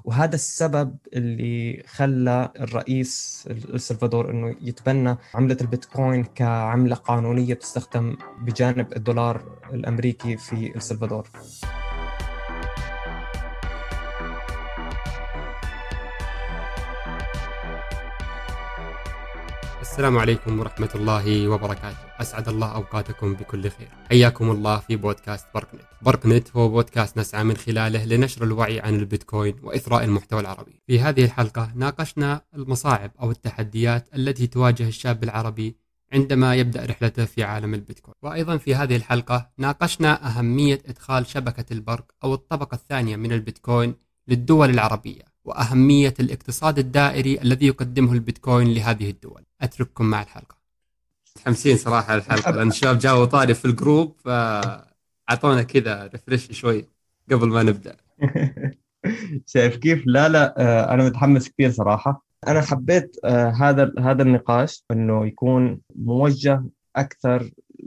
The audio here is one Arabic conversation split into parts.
وهذا السبب اللي خلى الرئيس السلفادور انه يتبنى عملة البيتكوين كعملة قانونية بتستخدم بجانب الدولار الامريكي في السلفادور. السلام عليكم ورحمة الله وبركاته. أسعد الله أوقاتكم بكل خير. حياكم الله في بودكاست بركنت. بركنت هو بودكاست نسعى من خلاله لنشر الوعي عن البيتكوين وإثراء المحتوى العربي. في هذه الحلقة ناقشنا المصاعب أو التحديات التي تواجه الشاب العربي عندما يبدأ رحلته في عالم البيتكوين. وأيضا في هذه الحلقة ناقشنا أهمية إدخال شبكة البرق أو الطبقة الثانية من البيتكوين للدول العربية، وأهمية الاقتصاد الدائري الذي يقدمه البيتكوين لهذه الدول. أترككم مع الحلقة. متحمسين صراحة الحلقة لأن الشباب جاوا طاري في الجروب فأعطونا كذا ريفرش شوي قبل ما نبدأ. شايف كيف؟ لا لا، أنا متحمس كثير صراحة. أنا حبيت هذا النقاش إنه يكون موجه أكثر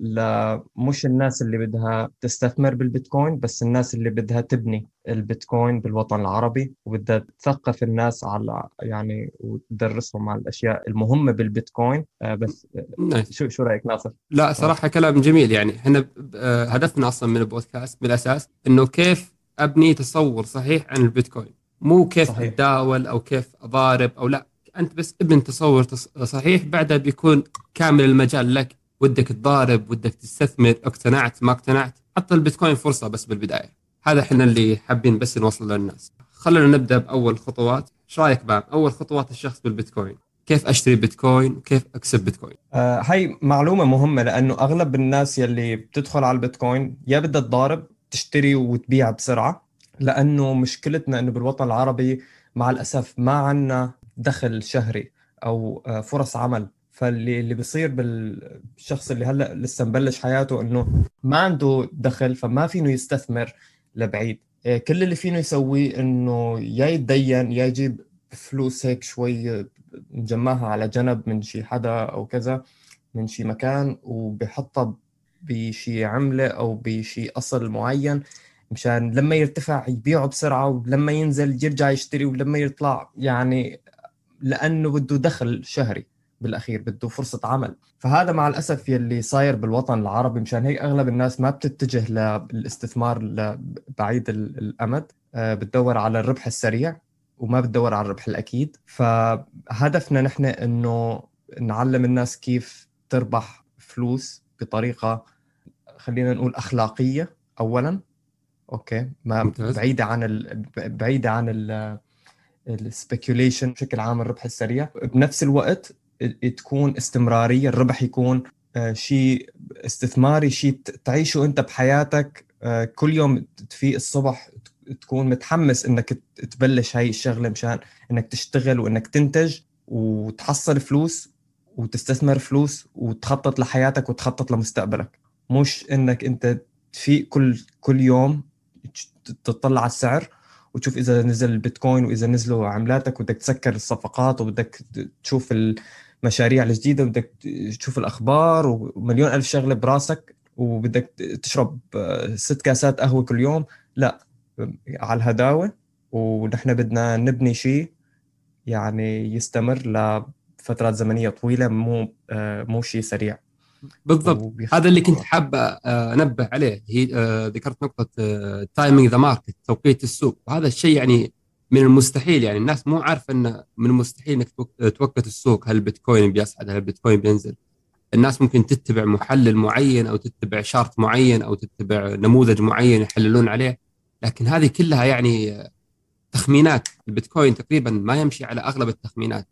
مش الناس اللي بدها تستثمر بالبيتكوين، بس الناس اللي بدها تبني البيتكوين بالوطن العربي وبدها تثقف الناس على يعني وتدرسهم على الأشياء المهمة بالبيتكوين. بس نايس. شو رأيك ناصر؟ لا صراحة كلام جميل. يعني احنا هدفنا أصلا من البودكاست بالأساس إنه كيف أبني تصور صحيح عن البيتكوين، مو كيف صحيح. أتداول أو كيف أضارب أو لا. أنت بس ابن تصور صحيح، بعدها بيكون كامل المجال لك. ودك تضارب، ودك تستثمر، اقتنعت ما اقتنعت، حط البيتكوين فرصة بس بالبداية. هذا احنا اللي حابين بس نوصل للناس. خلونا نبدأ بأول خطوات. ايش رأيك بقى أول خطوات الشخص بالبيتكوين؟ كيف أشتري بيتكوين وكيف أكسب بيتكوين؟ هاي معلومة مهمة، لأنه أغلب الناس يلي بتدخل على البيتكوين يا بدها تضارب تشتري وتبيع بسرعة، لأنه مشكلتنا أنه بالوطن العربي مع الأسف ما عنا دخل شهري أو فرص عمل. فاللي بيصير بالشخص اللي هلأ لسه مبلش حياته أنه ما عنده دخل، فما فينه يستثمر لبعيد. كل اللي فينه يسويه أنه يا يتدين يا يجيب فلوس هيك شوي نجمعها على جنب من شي حدا أو كذا، من شي مكان، وبحطها بشي عملة أو بشي أصل معين مشان لما يرتفع يبيعه بسرعة، ولما ينزل يرجع يشتري، ولما يطلع يعني لأنه بده دخل شهري بالأخير، بده فرصة عمل. فهذا مع الأسف يلي صاير بالوطن العربي، مشان هيك أغلب الناس ما بتتجه للاستثمار بعيد الأمد. بتدور على الربح السريع وما بتدور على الربح الأكيد. فهدفنا نحن إنه نعلم الناس كيف تربح فلوس بطريقة خلينا نقول أخلاقية أولا، أوكي، ما ممتاز. بعيدة عن السبيكيوليشن بشكل عام، الربح السريع. بنفس الوقت تكون استمرارية، الربح يكون شيء استثماري، شيء تعيشه أنت بحياتك. كل يوم تفيق الصبح تكون متحمس إنك تبلش هاي الشغلة، مشان إنك تشتغل وإنك تنتج وتحصل فلوس وتستثمر فلوس وتخطط لحياتك وتخطط لمستقبلك. مش إنك أنت تفيق كل يوم تطلع على السعر وتشوف إذا نزل البيتكوين وإذا نزلوا عملاتك، وبدك تسكر الصفقات وبدك تشوف المشاريع الجديدة وبدك تشوف الأخبار ومليون ألف شغلة براسك، وبدك تشرب 6 كاسات قهوة كل يوم. لا، على الهداوة. ونحن بدنا نبني شيء يعني يستمر لفترات زمنية طويلة، مو شيء سريع. بالضبط، هذا اللي كنت حابة أنبه عليه. هي ذكرت نقطة تايمينج ذا ماركت، توقيت السوق. وهذا الشيء يعني من المستحيل، يعني الناس مو عارفة أنه من المستحيل أنك توقت السوق. هل البيتكوين بيصعد، هل البيتكوين بينزل. الناس ممكن تتبع محلل معين أو تتبع شارت معين أو تتبع نموذج معين يحللون عليه، لكن هذه كلها يعني تخمينات. البيتكوين تقريبا ما يمشي على أغلب التخمينات،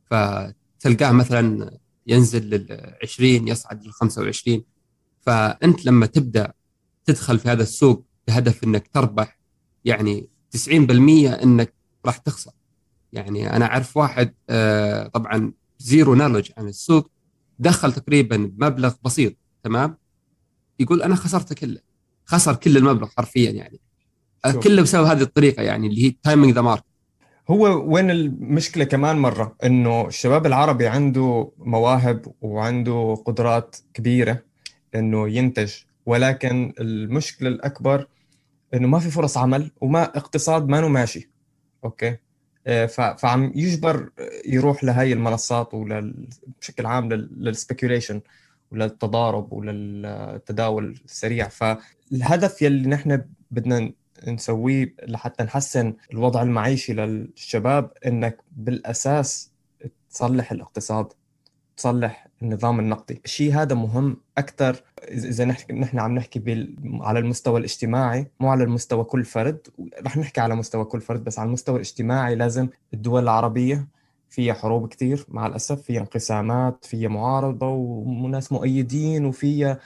فتلقاه مثلا ينزل لل20 يصعد لل25. فأنت لما تبدأ تدخل في هذا السوق بهدف أنك تربح، يعني 90% أنك راح تخسر. يعني أنا أعرف واحد طبعا زيرو نولج عن السوق، دخل تقريبا بمبلغ بسيط، تمام، يقول أنا خسرت كله، خسر كل المبلغ حرفيا. يعني شوف، كله بسبب هذه الطريقة، يعني اللي هي تايمينج ذا ماركت. هو وين المشكلة كمان مرة؟ إنه الشباب العربي عنده مواهب وعنده قدرات كبيرة إنه ينتج، ولكن المشكلة الأكبر إنه ما في فرص عمل وما اقتصاد ما ماشي. اوكي. فعم يجبر يروح لهي المنصات بشكل عام للسبيكيوليشن وللتضارب وللتداول السريع. فالهدف يلي نحن بدنا نسويه لحتى نحسن الوضع المعيشي للشباب انك بالاساس تصلح الاقتصاد، تصلح النظام النقدي. الشيء هذا مهم أكثر إذا نحن عم نحكي على المستوى الاجتماعي، مو على المستوى كل فرد. رح نحكي على مستوى كل فرد، بس على المستوى الاجتماعي لازم الدول العربية فيها حروب كتير مع الأسف، فيها انقسامات، فيها معارضة وناس مؤيدين، وفيها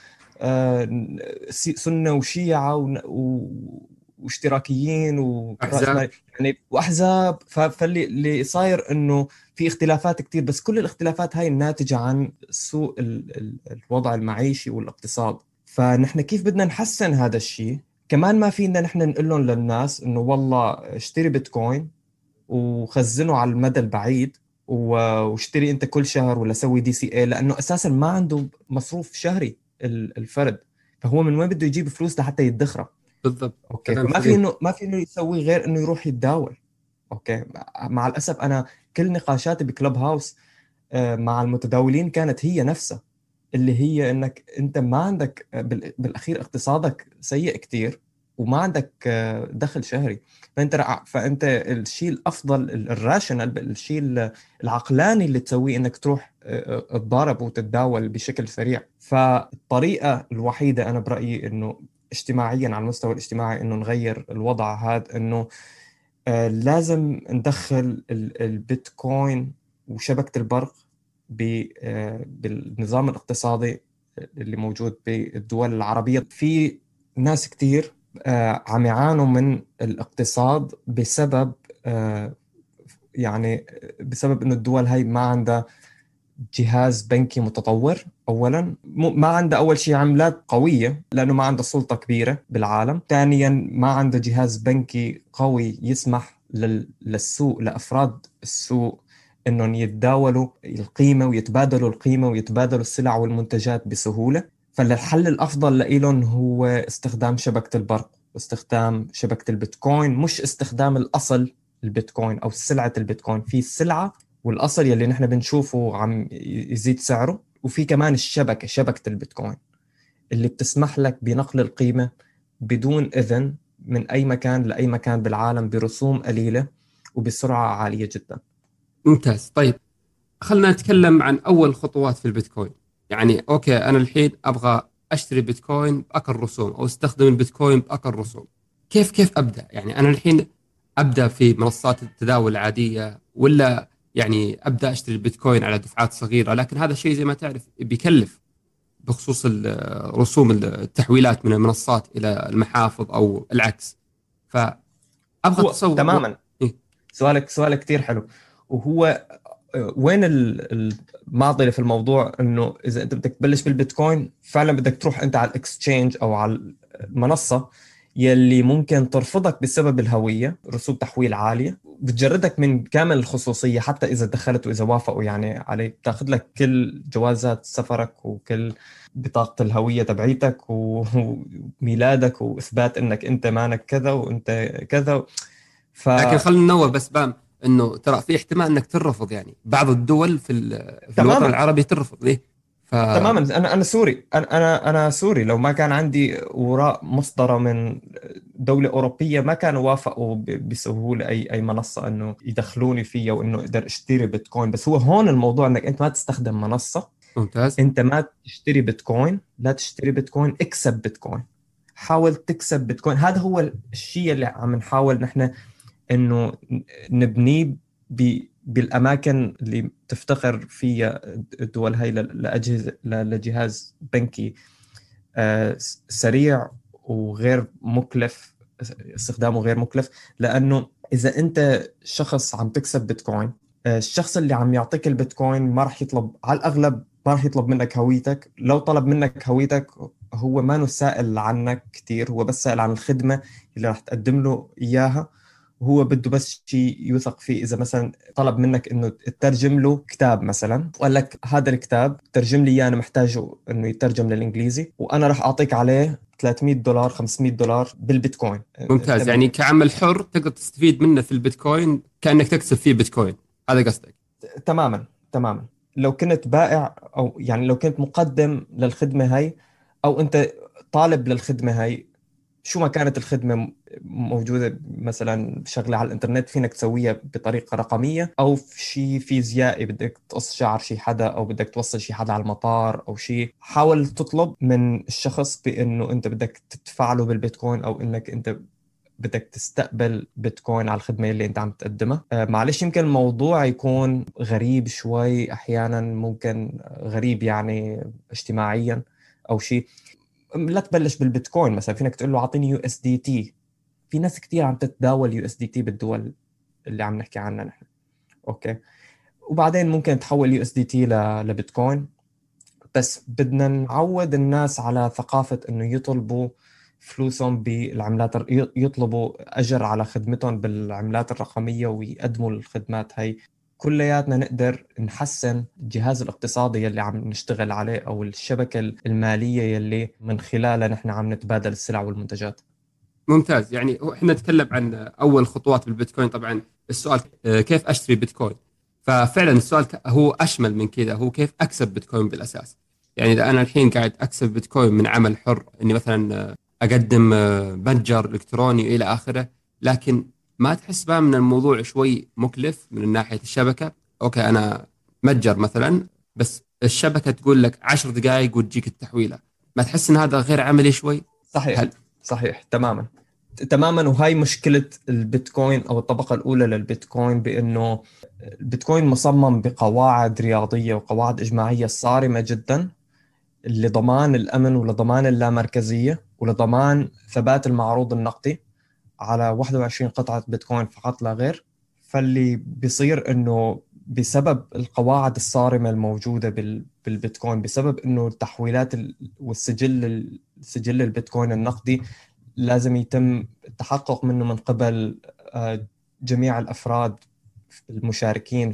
سنة وشيعة واشتراكيين احزاب. ورأسمالي يعني وأحزاب. فاللي صاير إنه في اختلافات كتير، بس كل الاختلافات هاي الناتجة عن سوء الوضع المعيشي والاقتصاد. فنحن كيف بدنا نحسن هذا الشيء؟ كمان ما فينا نحن نقول لهم للناس إنه والله اشتري بيتكوين وخزنه على المدى البعيد واشتري انت كل شهر، ولا سوي دي سي اي، لانه اساسا ما عنده مصروف شهري الفرد. فهو من وين بده يجيب فلوس لحتى يدخرها؟ بالضبط، اوكي. كلام فما في سليم. انه ما في انه يسوي غير انه يروح يتداول. اوكي. مع الاسف انا كل نقاشاتي بكلب هاوس مع المتداولين كانت هي نفسها، اللي هي انك انت ما عندك بالاخير اقتصادك سيء كتير، وما عندك دخل شهري. فانت الشيء الافضل الراشنال، الشيء العقلاني اللي تسويه انك تروح تضارب وتتداول بشكل سريع. فالطريقه الوحيده انا برايي انه اجتماعيا، على المستوى الاجتماعي، انه نغير الوضع هذا، انه لازم ندخل البيتكوين وشبكة البرق بالنظام الاقتصادي اللي موجود بالدول العربية. في ناس كتير عم يعانوا من الاقتصاد بسبب يعني بسبب انه الدول هاي ما عندها جهاز بنكي متطور. اولا ما عنده اول شيء عملات قويه لانه ما عنده سلطه كبيره بالعالم. ثانيا ما عنده جهاز بنكي قوي يسمح للسوق، لافراد السوق، انهم يتداولوا القيمه ويتبادلوا القيمه ويتبادلوا السلع والمنتجات بسهوله. فالحل الافضل لهم هو استخدام شبكه البرق واستخدام شبكه البيتكوين، مش استخدام الاصل البيتكوين او سلعه البيتكوين. في السلعه والاصل يلي نحن بنشوفه عم يزيد سعره، وفي كمان شبكة البيتكوين اللي بتسمح لك بنقل القيمة بدون إذن من أي مكان لأي مكان بالعالم برسوم قليلة وبسرعة عالية جدا. ممتاز. طيب، خلنا نتكلم عن أول خطوات في البيتكوين. يعني أوكي، أنا الحين أبغى أشتري بيتكوين بأقل رسوم أو استخدم البيتكوين بأقل رسوم. كيف أبدأ؟ يعني أنا الحين أبدأ في منصات التداول العادية، ولا يعني أبدأ أشتري البيتكوين على دفعات صغيرة؟ لكن هذا الشيء زي ما تعرف بيكلف، بخصوص رسوم التحويلات من المنصات إلى المحافظ أو العكس. فأبغى هو أتصور. تماما إيه؟ سؤالك كتير حلو. وهو وين المعضلة في الموضوع؟ انه اذا انت بدك تبلش بالبيتكوين فعلا بدك تروح انت على الاكسشينج او على المنصة يلي ممكن ترفضك بسبب الهوية، رسوم تحويل عالية، بتجردك من كامل الخصوصية حتى إذا دخلت وإذا وافقوا يعني عليك. تاخذ لك كل جوازات سفرك وكل بطاقة الهوية تبعيتك وميلادك وإثبات إنك أنت مانك كذا وأنت كذا. ف لكن خلينا ننوه بس بام، انه ترى في احتمال انك ترفض. يعني بعض الدول في الوطن تماما العربي ترفض ليه. ف تماما. انا سوري، انا سوري. لو ما كان عندي اوراق مصدره من دوله اوروبيه ما كانوا وافقوا بسهوله اي منصه انه يدخلوني فيها وانه اقدر اشتري بيتكوين. بس هو هون الموضوع انك انت ما تستخدم منصه، ممتاز. انت ما تشتري بيتكوين. لا تشتري بيتكوين، اكسب بيتكوين. حاول تكسب بيتكوين. هذا هو الشيء اللي عم نحاول نحن انه نبنيه بالاماكن اللي تفتقر فيها الدول هاي لاجهزه لجهاز بنكي سريع وغير مكلف، استخدامه غير مكلف. لانه اذا انت شخص عم تكسب بيتكوين، الشخص اللي عم يعطيك البيتكوين ما راح يطلب، على الاغلب ما راح يطلب منك هويتك. لو طلب منك هويتك هو ما سائل عنك كتير، هو بس سائل عن الخدمة اللي راح تقدم له إياها وهو بده بس شيء يوثق فيه. إذا مثلا طلب منك إنه تترجم له كتاب مثلا، وقال لك هذا الكتاب ترجم لي إياه، أنا محتاجه إنه يترجم للإنجليزي، وأنا راح أعطيك عليه $300 $500 بالبيتكوين. أنت ممتاز، يعني كعمل حر تقدر تستفيد منه في البيتكوين كأنك تكسب فيه بيتكوين، هذا قصدك؟ تماما تماما. لو كنت بائع، أو يعني لو كنت مقدم للخدمة هاي، أو أنت طالب للخدمة هاي، شو ما كانت الخدمة موجودة، مثلا شغلة على الإنترنت فينك تسويها بطريقة رقمية، أو في شيء فيزيائي بدك تقص شعر شي حدا، أو بدك توصل شي حدا على المطار أو شيء، حاول تطلب من الشخص بأنه أنت بدك تدفع له بالبيتكوين، أو أنك أنت بدك تستقبل بيتكوين على الخدمة اللي أنت عم تقدمها. معلش يمكن الموضوع يكون غريب شوي أحيانا، ممكن غريب يعني اجتماعيا أو شيء. لا تبلش بالبيتكوين، مثلا فينك تقول له اعطيني USDT. في ناس كتير عم تتداول USDT بالدول اللي عم نحكي عنها نحن. اوكي. وبعدين ممكن تحول USDT لبيتكوين. بس بدنا نعود الناس على ثقافة انه يطلبوا فلوسهم بالعملات، يطلبوا اجر على خدمتهم بالعملات الرقمية، ويقدموا الخدمات هاي. كلياتنا نقدر نحسن الجهاز الاقتصادي يلي عم نشتغل عليه، او الشبكة المالية يلي من خلالها نحن عم نتبادل السلع والمنتجات. ممتاز. يعني احنا نتكلم عن اول خطوات بالبيتكوين. طبعا السؤال كيف اشتري بيتكوين؟ ففعلا السؤال هو اشمل من كذا، هو كيف اكسب بيتكوين بالاساس. يعني اذا انا الحين قاعد اكسب بيتكوين من عمل حر، اني مثلا اقدم متجر الكتروني الى اخره، لكن ما تحس بقى من الموضوع شوي مكلف من ناحية الشبكة؟ اوكي، انا متجر مثلا، بس الشبكة تقول لك 10 دقائق وتجيك التحويلة، ما تحس ان هذا غير عملي شوي؟ صحيح. هل صحيح تماما تماما. وهاي مشكلة البيتكوين، أو الطبقة الأولى للبيتكوين، بأنه البيتكوين مصمم بقواعد رياضية وقواعد إجماعية صارمة جدا، لضمان الأمن ولضمان اللامركزية ولضمان ثبات المعروض النقدي على 21 قطعة بيتكوين فقط لا غير. فاللي بيصير إنه بسبب القواعد الصارمة الموجودة بالبيتكوين، بسبب إنه التحويلات سجل البيتكوين النقدي لازم يتم التحقق منه من قبل جميع الأفراد المشاركين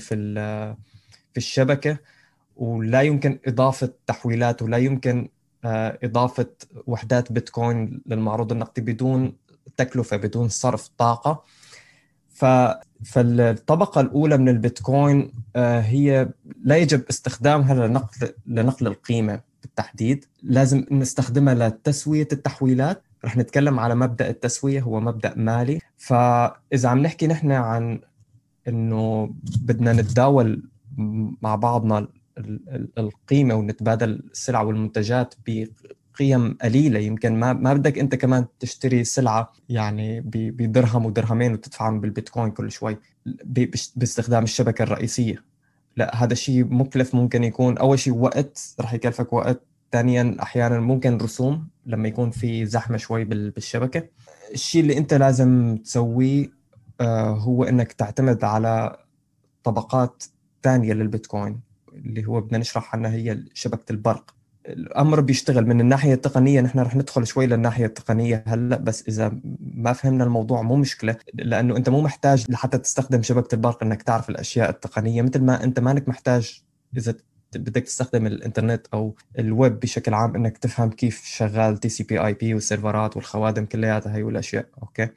في الشبكة، ولا يمكن إضافة تحويلات، ولا يمكن إضافة وحدات بيتكوين للمعروض النقدي بدون تكلفة، بدون صرف طاقة. ف فالطبقة الأولى من البيتكوين هي لا يجب استخدامها لنقل القيمة بالتحديد، لازم نستخدمها لتسوية التحويلات. رح نتكلم على مبدأ التسوية، هو مبدأ مالي. فإذا عم نحكي نحن عن إنه بدنا نتداول مع بعضنا القيمة، ونتبادل السلع والمنتجات بقيم قليلة، يمكن ما بدك أنت كمان تشتري سلعة يعني بدرهم ودرهمين وتدفعهم بالبيتكوين كل شوي باستخدام الشبكة الرئيسية. لا، هذا شيء مكلف. ممكن يكون أول شيء وقت، رح يكلفك وقت. ثانيا أحيانا ممكن رسوم لما يكون في زحمة شوي بالشبكة. الشيء اللي أنت لازم تسويه هو إنك تعتمد على طبقات تانية للبيتكوين، اللي هو بدنا نشرح عنها، هي شبكة البرق. الأمر بيشتغل من الناحية التقنية. نحن رح ندخل شوي للناحية التقنية هلأ، بس إذا ما فهمنا الموضوع مو مشكلة، لأنه أنت مو محتاج لحتى تستخدم شبكة البرق إنك تعرف الأشياء التقنية، مثل ما أنت مانك محتاج إذا بدك تستخدم الإنترنت أو الويب بشكل عام إنك تفهم كيف شغال TCP/IP والسيرفرات والخوادم كلياتها هي والأشياء. أوكي.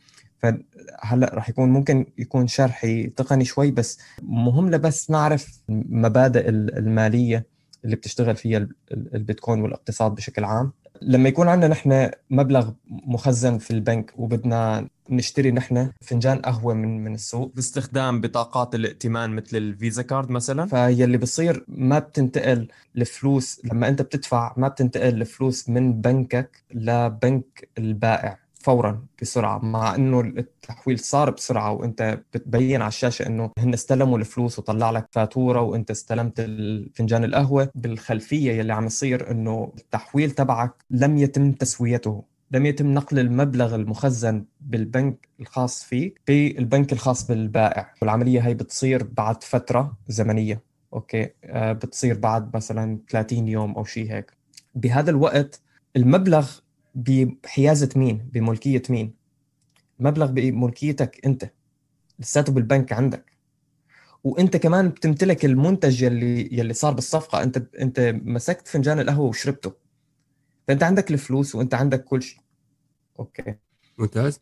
فهلا رح يكون ممكن يكون شرحي تقني شوي، بس مهم لبس نعرف مبادئ المالية اللي بتشتغل فيها البيتكوين والاقتصاد بشكل عام. لما يكون عندنا نحن مبلغ مخزن في البنك، وبدنا نشتري نحن فنجان قهوة من السوق باستخدام بطاقات الائتمان مثل الفيزا كارد مثلا، فيلي بصير ما بتنتقل الفلوس لما انت بتدفع، ما بتنتقل الفلوس من بنكك لبنك البائع فورا بسرعة، مع انه التحويل صار بسرعة، وانت بتبين على الشاشة انه هن استلموا الفلوس وطلع لك فاتورة وانت استلمت فنجان القهوة. بالخلفية يلي عم يصير انه التحويل تبعك لم يتم تسويته، لم يتم نقل المبلغ المخزن بالبنك الخاص فيك بالبنك الخاص بالبائع. والعملية هي بتصير بعد فترة زمنية. اوكي. بتصير بعد مثلا 30 يوم او شيء هيك. بهذا الوقت المبلغ بحيازة مين؟ بملكية مين؟ المبلغ بملكيتك أنت. لساته بالبنك عندك، وانت كمان بتمتلك المنتج يلي صار بالصفقه. انت مسكت فنجان القهوه وشربته، فانت عندك الفلوس وانت عندك كل شيء. اوكي. ممتاز.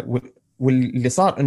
واللي صار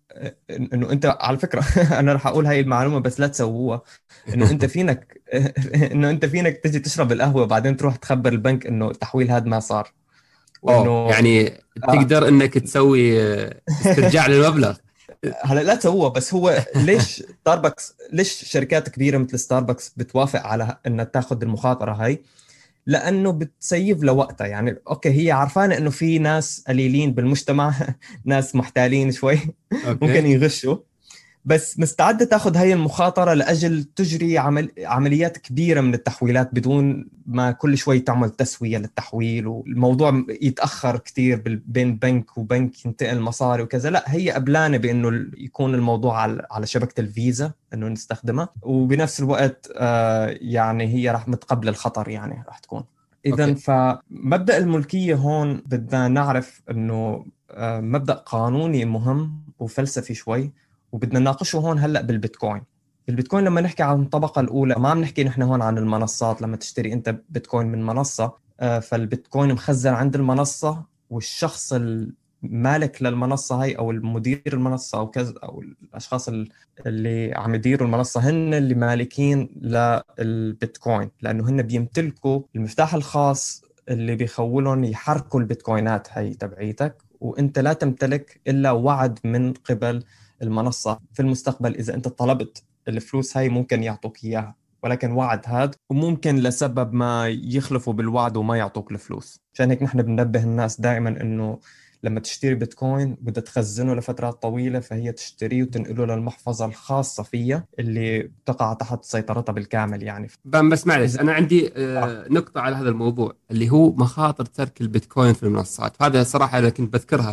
انه انت على فكره انا راح اقول هاي المعلومه بس لا تسووها. انه انت فينك انه انت فينك تجي تشرب القهوه وبعدين تروح تخبر البنك انه التحويل هذا ما صار، وانه يعني تقدر انك تسوي استرجاع للمبلغ. هلا لا تسووها. بس هو ليش ستاربكس، ليش شركات كبيره مثل ستاربكس بتوافق على انها تاخذ المخاطره هاي؟ لانه بتسيف لوقتها. يعني اوكي، هي عارفانه انه في ناس قليلين بالمجتمع ناس محتالين شوي اوكي. ممكن يغشوا، بس مستعدة تاخذ هاي المخاطرة لأجل تجري عمليات كبيرة من التحويلات بدون ما كل شوي تعمل تسوية للتحويل، والموضوع يتأخر كتير بين بنك وبنك ينتقل مصاري وكذا. لا، هي قبلانة بأنه يكون الموضوع على شبكة الفيزا أنه نستخدمها، وبنفس الوقت يعني هي راح متقبل الخطر، يعني راح تكون. إذن اوكي. فمبدأ الملكية هون بدنا نعرف أنه مبدأ قانوني مهم وفلسفي شوي، وبدنا نناقشه هون هلا بالبيتكوين. البيتكوين لما نحكي عن الطبقة الأولى ما عم نحكي نحن هون عن المنصات. لما تشتري أنت بيتكوين من منصة، فالبيتكوين مخزن عند المنصة، والشخص المالك للمنصة هاي أو المدير المنصة أو كذا أو الأشخاص اللي عم يديروا المنصة هن اللي مالكين للبيتكوين، لأنه هن بيمتلكوا المفتاح الخاص اللي بيخولهم يحركوا البيتكوينات هاي تبعيتك. وأنت لا تمتلك إلا وعد من قبل المنصة في المستقبل. إذا أنت طلبت الفلوس هاي ممكن يعطوك إياها، ولكن وعد هذا، وممكن لسبب ما يخلفوا بالوعد وما يعطوك الفلوس. عشان هيك نحن بننبه الناس دائما إنه لما تشتري بيتكوين بدها تخزنه لفترات طويلة، فهي تشتريه وتنقله للمحفظة الخاصة فيها اللي تقع تحت سيطرتها بالكامل يعني. بس معلش، إذا انا عندي نقطة على هذا الموضوع اللي هو مخاطر ترك البيتكوين في المنصات. هذا صراحة انا كنت بذكرها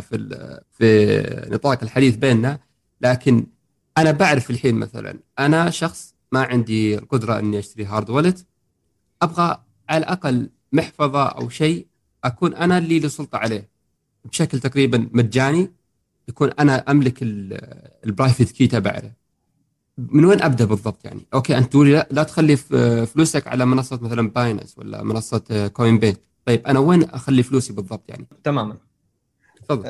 في نطاق الحديث بيننا، لكن انا بعرف الحين مثلا انا شخص ما عندي القدرة اني اشتري هارد والت، ابغى على الاقل محفظة او شيء اكون انا اللي له سلطة عليه بشكل تقريبا مجاني، يكون انا املك البرايفت كي تبعه. من وين ابدا بالضبط يعني؟ اوكي، انت تقولي لا تخلي فلوسك على منصه مثلا باينانس ولا منصه كوين بين. طيب انا وين اخلي فلوسي بالضبط يعني؟ تماما. تفضل.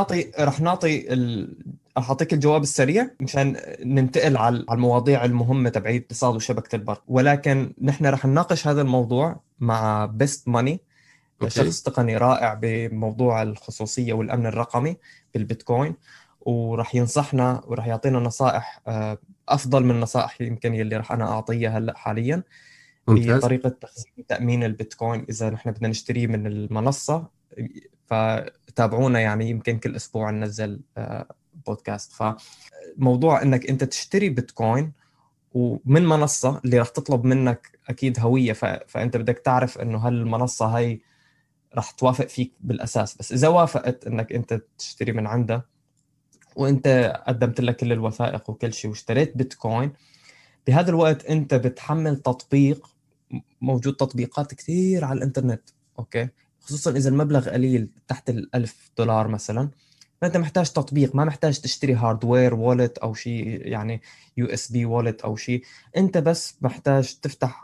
رح اعطيك الجواب السريع مشان ننتقل على المواضيع المهمة تبعية الاقتصاد وشبكة البر. ولكن نحن رح نناقش هذا الموضوع مع بيست ماني، اوكي. شخص تقني رائع بموضوع الخصوصية والأمن الرقمي بالبيتكوين، ورح ينصحنا ورح يعطينا نصائح أفضل من النصائح يمكن يلي رح أنا أعطيها هلأ حاليا ممتاز. بطريقة تخزين وتأمين البيتكوين إذا نحن بدنا نشتريه من المنصة. فتابعونا، يعني يمكن كل أسبوع ننزل بودكاست. فموضوع إنك أنت تشتري بيتكوين ومن منصة اللي رح تطلب منك أكيد هوية، فأنت بدك تعرف إنه هل المنصة هاي رح توافق فيك بالأساس. بس إذا وافقت إنك أنت تشتري من عندها وأنت قدمت لك كل الوثائق وكل شيء واشتريت بيتكوين، بهذا الوقت أنت بتحمل تطبيق. موجود تطبيقات كثير على الإنترنت، أوكي، خصوصا إذا المبلغ قليل تحت $1000 مثلا، فأنت محتاج تطبيق، ما محتاج تشتري هاردوير وولت أو شيء، يعني USB وولت أو شيء. أنت بس محتاج تفتح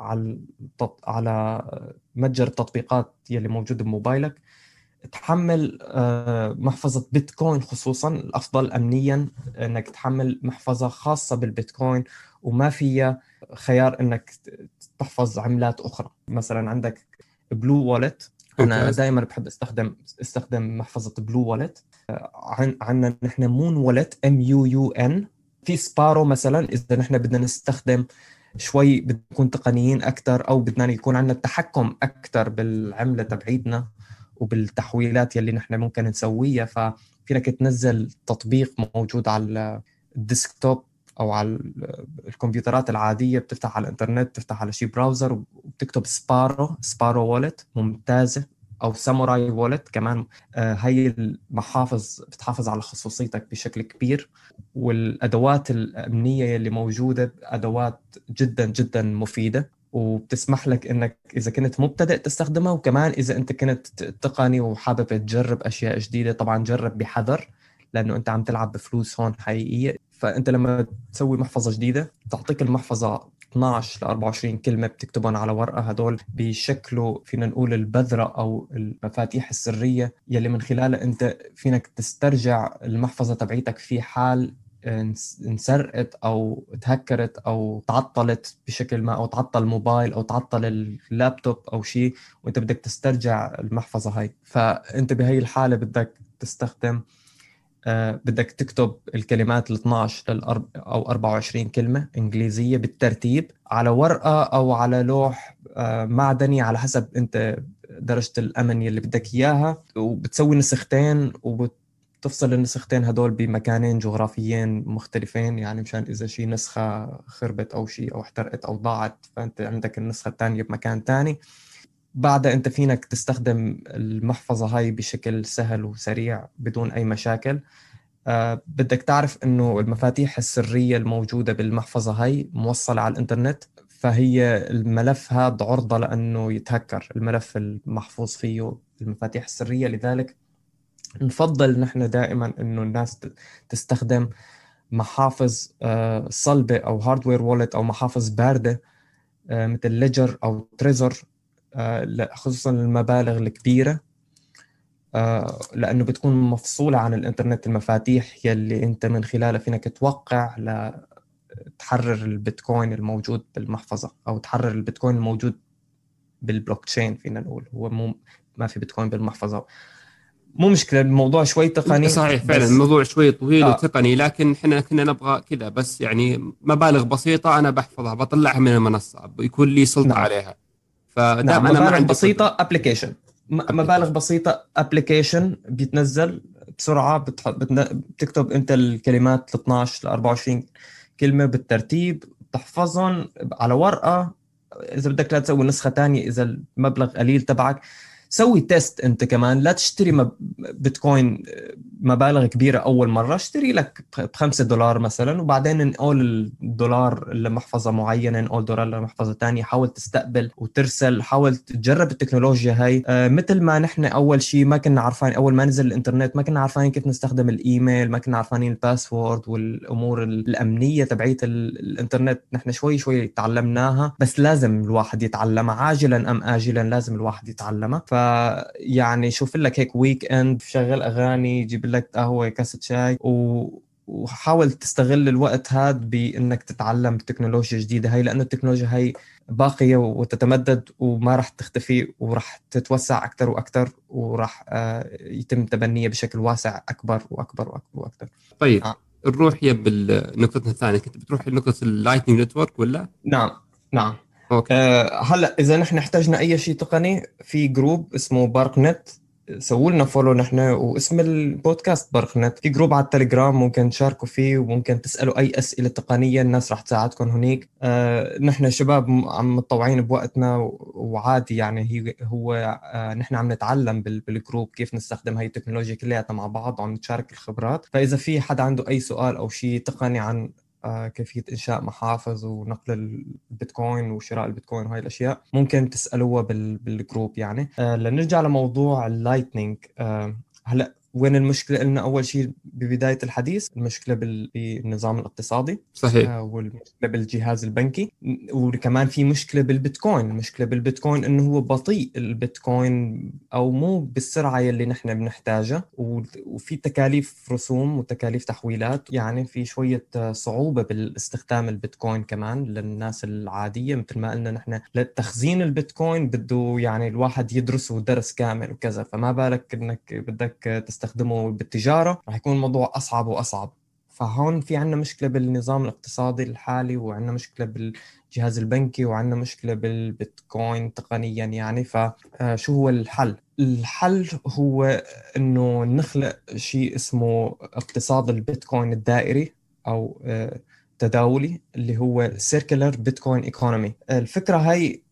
على متجر التطبيقات يلي موجود بموبايلك، تحمل محفظة بيتكوين. خصوصا الأفضل أمنيا أنك تحمل محفظة خاصة بالبيتكوين وما فيها خيار أنك تحفظ عملات أخرى. مثلا عندك بلو وولت، أنا ممتاز. دائما بحب استخدم محفظة بلو وولت. عندنا نحن مون وولت MUUN. في سبارو مثلا إذا نحن بدنا نستخدم شوي، بدنا نكون تقنيين أكثر أو بدنا يكون عندنا التحكم أكثر بالعملة تبعيدنا وبالتحويلات يلي نحن ممكن نسويها، ففينك تنزل تطبيق موجود على الديسكتوب أو على الكمبيوترات العادية. بتفتح على الإنترنت، تفتح على شي براوزر وبتكتب سبارو وولت، ممتازة. أو ساموراي وولت كمان. هاي المحافظ بتحافظ على خصوصيتك بشكل كبير، والأدوات الأمنية اللي موجودة أدوات جدا جدا مفيدة، وبتسمح لك انك اذا كنت مبتدئ تستخدمها، وكمان اذا انت كنت تقني وحابب تجرب اشياء جديده. طبعا جرب بحذر، لأنه أنت عم تلعب بفلوس هون حقيقية. فأنت لما تسوي محفظة جديدة تعطيك المحفظة 12 ل 24 كلمة بتكتبهم على ورقة، هدول بيشكلوا فينا نقول البذرة أو المفاتيح السرية يلي من خلالها أنت فينك تسترجع المحفظة تبعيتك في حال انسرقت أو تهكرت أو تعطلت بشكل ما، أو تعطل موبايل أو تعطل اللابتوب أو شيء، وأنت بدك تسترجع المحفظة هاي. فأنت بهاي الحالة بدك تستخدم بدك تكتب الكلمات ال 12 أو 24 كلمة إنجليزية بالترتيب على ورقة أو على لوح معدني على حسب أنت درجة الأمن يلي بدك إياها، وبتسوي نسختين وبتفصل النسختين هدول بمكانين جغرافيين مختلفين، يعني مشان إذا شي نسخة خربت أو شي أو احترقت أو ضاعت فأنت عندك النسخة الثانية بمكان تاني. بعدها أنت فينك تستخدم المحفظة هاي بشكل سهل وسريع بدون أي مشاكل. بدك تعرف إنه المفاتيح السرية الموجودة بالمحفظة هاي موصلة على الإنترنت، فهي الملف هذا عرضة لأنه يتهكر الملف المحفوظ فيه المفاتيح السرية. لذلك نفضل نحن دائما إنه الناس تستخدم محافظ صلبة أو هاردوير وولت أو محافظ باردة مثل ليجر أو تريزور، خصوصا المبالغ الكبيرة، لأنه بتكون مفصولة عن الإنترنت المفاتيح يلي أنت من خلالها فينك توقع لتحرر البيتكوين الموجود بالمحفظة أو تحرر البيتكوين الموجود بالبلوكتشين. فينا نقول هو ما في بيتكوين بالمحفظة. مو مشكلة، الموضوع شوي تقني صحيح فعلا بس. الموضوع شوي طويل آه وتقني، لكن احنا كنا نبغى كذا بس، يعني مبالغ بسيطة أنا بحفظها بطلعها من المنصة يكون لي سلطة نعم عليها. فدام نعم، أنا ما مبالغ عندي قدرة. بسيطة ابلكيشن، مبالغ ابلكيشن. بسيطة ابلكيشن بيتنزل بسرعة. بتكتب انت الكلمات ال 12 ل 24 كلمة بالترتيب، بتحفظهم على ورقة. اذا بدك لا تسوي نسخة تانية اذا المبلغ قليل تبعك. سوي تيست انت كمان، لا تشتري بيتكوين مبالغ كبيرة اول مرة. اشتري لك $5 مثلا، وبعدين نقول الدولار لمحفظة معينة، نقول دولار لمحفظة تانية. حاول تستقبل وترسل، حاول تجرب التكنولوجيا هاي. مثل ما نحن اول شيء ما كنا عارفين، اول ما نزل الانترنت ما كنا عارفين كيف نستخدم الايميل، ما كنا عارفين الباسورد والامور الامنية تبعية الانترنت. نحن شوي شوي تعلمناها، بس لازم الواحد يتعلمها عاجلا ام آجلا، لازم الواحد يتعلمها. فيعني شوف لك هيك ويك اند، شغل اغاني، جيب لك قهوة كاسة شاي وحاول تستغل الوقت هذا بانك تتعلم تكنولوجيا جديدة هاي، لانه التكنولوجيا هاي باقية وتتمدد وما راح تختفي، وراح تتوسع اكثر واكثر، وراح يتم تبنيها بشكل واسع اكبر واكبر واكبر واكثر. طيب نروح يا بالنقطة الثانية، كنت بتروح لنقطة اللايتنينج نتورك ولا؟ نعم نعم. اوكي. هلا اذا نحن احتاجنا اي شيء تقني، في جروب اسمه بارك نت، سووا لنا فولو نحن، واسم البودكاست بارك نت. في جروب على التليجرام ممكن تشاركوا فيه، وممكن تسالوا اي اسئله تقنيه، الناس راح تساعدكم هنيك. نحن شباب عم متطوعين بوقتنا وعادي، يعني هو نحن عم نتعلم بالجروب كيف نستخدم هاي التكنولوجيا كلياتنا مع بعض، وعم نتشارك الخبرات. فاذا في حدا عنده اي سؤال او شيء تقني عن كيفية إنشاء محافظ ونقل البيتكوين وشراء البيتكوين وهاي الأشياء، ممكن تسألوها بالجروب يعني. لنرجع لموضوع اللايتنينج. هلأ وين المشكلة؟ قلنا أول شيء ببداية الحديث المشكلة بالنظام الاقتصادي، صحيح. والمشكلة بالجهاز البنكي، وكمان في مشكلة بالبيتكوين. المشكلة بالبيتكوين إنه هو بطيء البيتكوين، أو مو بالسرعة اللي نحن بنحتاجها، وفي تكاليف رسوم وتكاليف تحويلات، يعني في شوية صعوبة بالاستخدام البيتكوين كمان للناس العادية. مثل ما قلنا نحن لتخزين البيتكوين بده يعني الواحد يدرسه درس كامل وكذا، فما بالك إنك بدك تستخدمه بالتجارة، راح يكون الموضوع أصعب وأصعب. فهون في عنا مشكلة بالنظام الاقتصادي الحالي، وعنا مشكلة بالجهاز البنكي، وعنا مشكلة بالبيتكوين تقنيا يعني. فشو هو الحل؟ الحل هو إنه نخلق شيء اسمه اقتصاد البيتكوين الدائري، أو تداولي، اللي هو Circular Bitcoin Economy. الفكرة هاي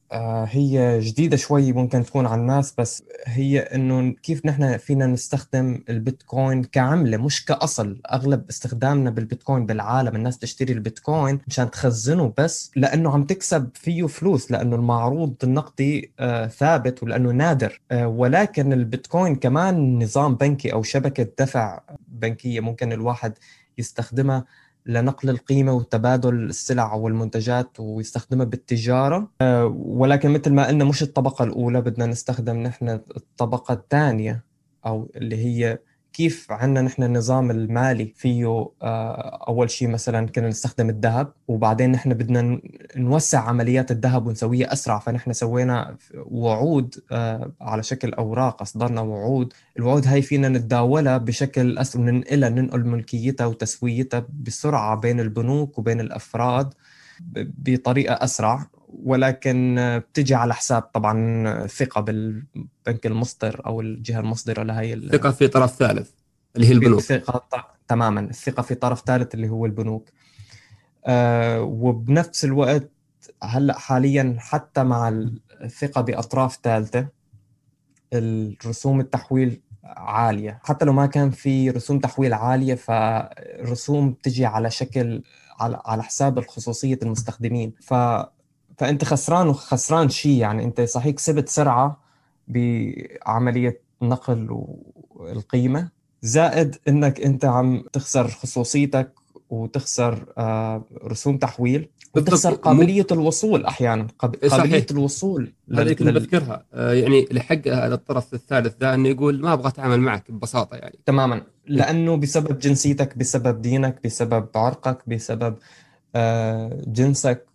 هي جديدة شوي ممكن تكون على الناس، بس هي إنه كيف نحن فينا نستخدم البيتكوين كعملة مش كأصل. أغلب استخدامنا بالبيتكوين بالعالم الناس تشتري البيتكوين مشان تخزنه، بس لأنه عم تكسب فيه فلوس، لأنه المعروض النقدي ثابت ولأنه نادر. ولكن البيتكوين كمان نظام بنكي أو شبكة دفع بنكية ممكن الواحد يستخدمها لنقل القيمة وتبادل السلع والمنتجات ويستخدمها بالتجارة. ولكن مثل ما قلنا مش الطبقة الأولى، بدنا نستخدم نحن الطبقة الثانية، أو اللي هي كيف عنا نحن النظام المالي فيه. أول شيء مثلا كنا نستخدم الذهب، وبعدين نحن بدنا نوسع عمليات الذهب ونسويها أسرع، فنحن سوينا وعود على شكل أوراق، أصدرنا وعود. الوعود هاي فينا نتداولها بشكل أسرع، ننقل ملكيتها وتسويتها بسرعة بين البنوك وبين الأفراد بطريقة أسرع. ولكن بتجي على حساب طبعا الثقة بالبنك المصدر أو الجهة المصدرة لهي ثقة في طرف ثالث اللي هي البنوك. تماما، الثقة في طرف ثالث اللي هو البنوك. وبنفس الوقت هلأ حاليا حتى مع الثقة بأطراف ثالثة الرسوم التحويل عالية. حتى لو ما كان في رسوم تحويل عالية، فالرسوم تجي على شكل على حساب الخصوصية المستخدمين. فأنت خسران وخسران شيء. يعني أنت صحيح كسبت سرعة بعملية نقل القيمة، زائد أنك أنت عم تخسر خصوصيتك وتخسر رسوم تحويل وتخسر بالضبط، مو قابلية الوصول. أحيانا قابلية صحيح. الوصول هذا اللي كنت بذكرها، يعني لحق الطرف الثالث ذا انه يقول ما ابغى اتعامل معك ببساطه يعني. تماما، إيه. لأنه بسبب جنسيتك، بسبب دينك، بسبب عرقك، بسبب جنسك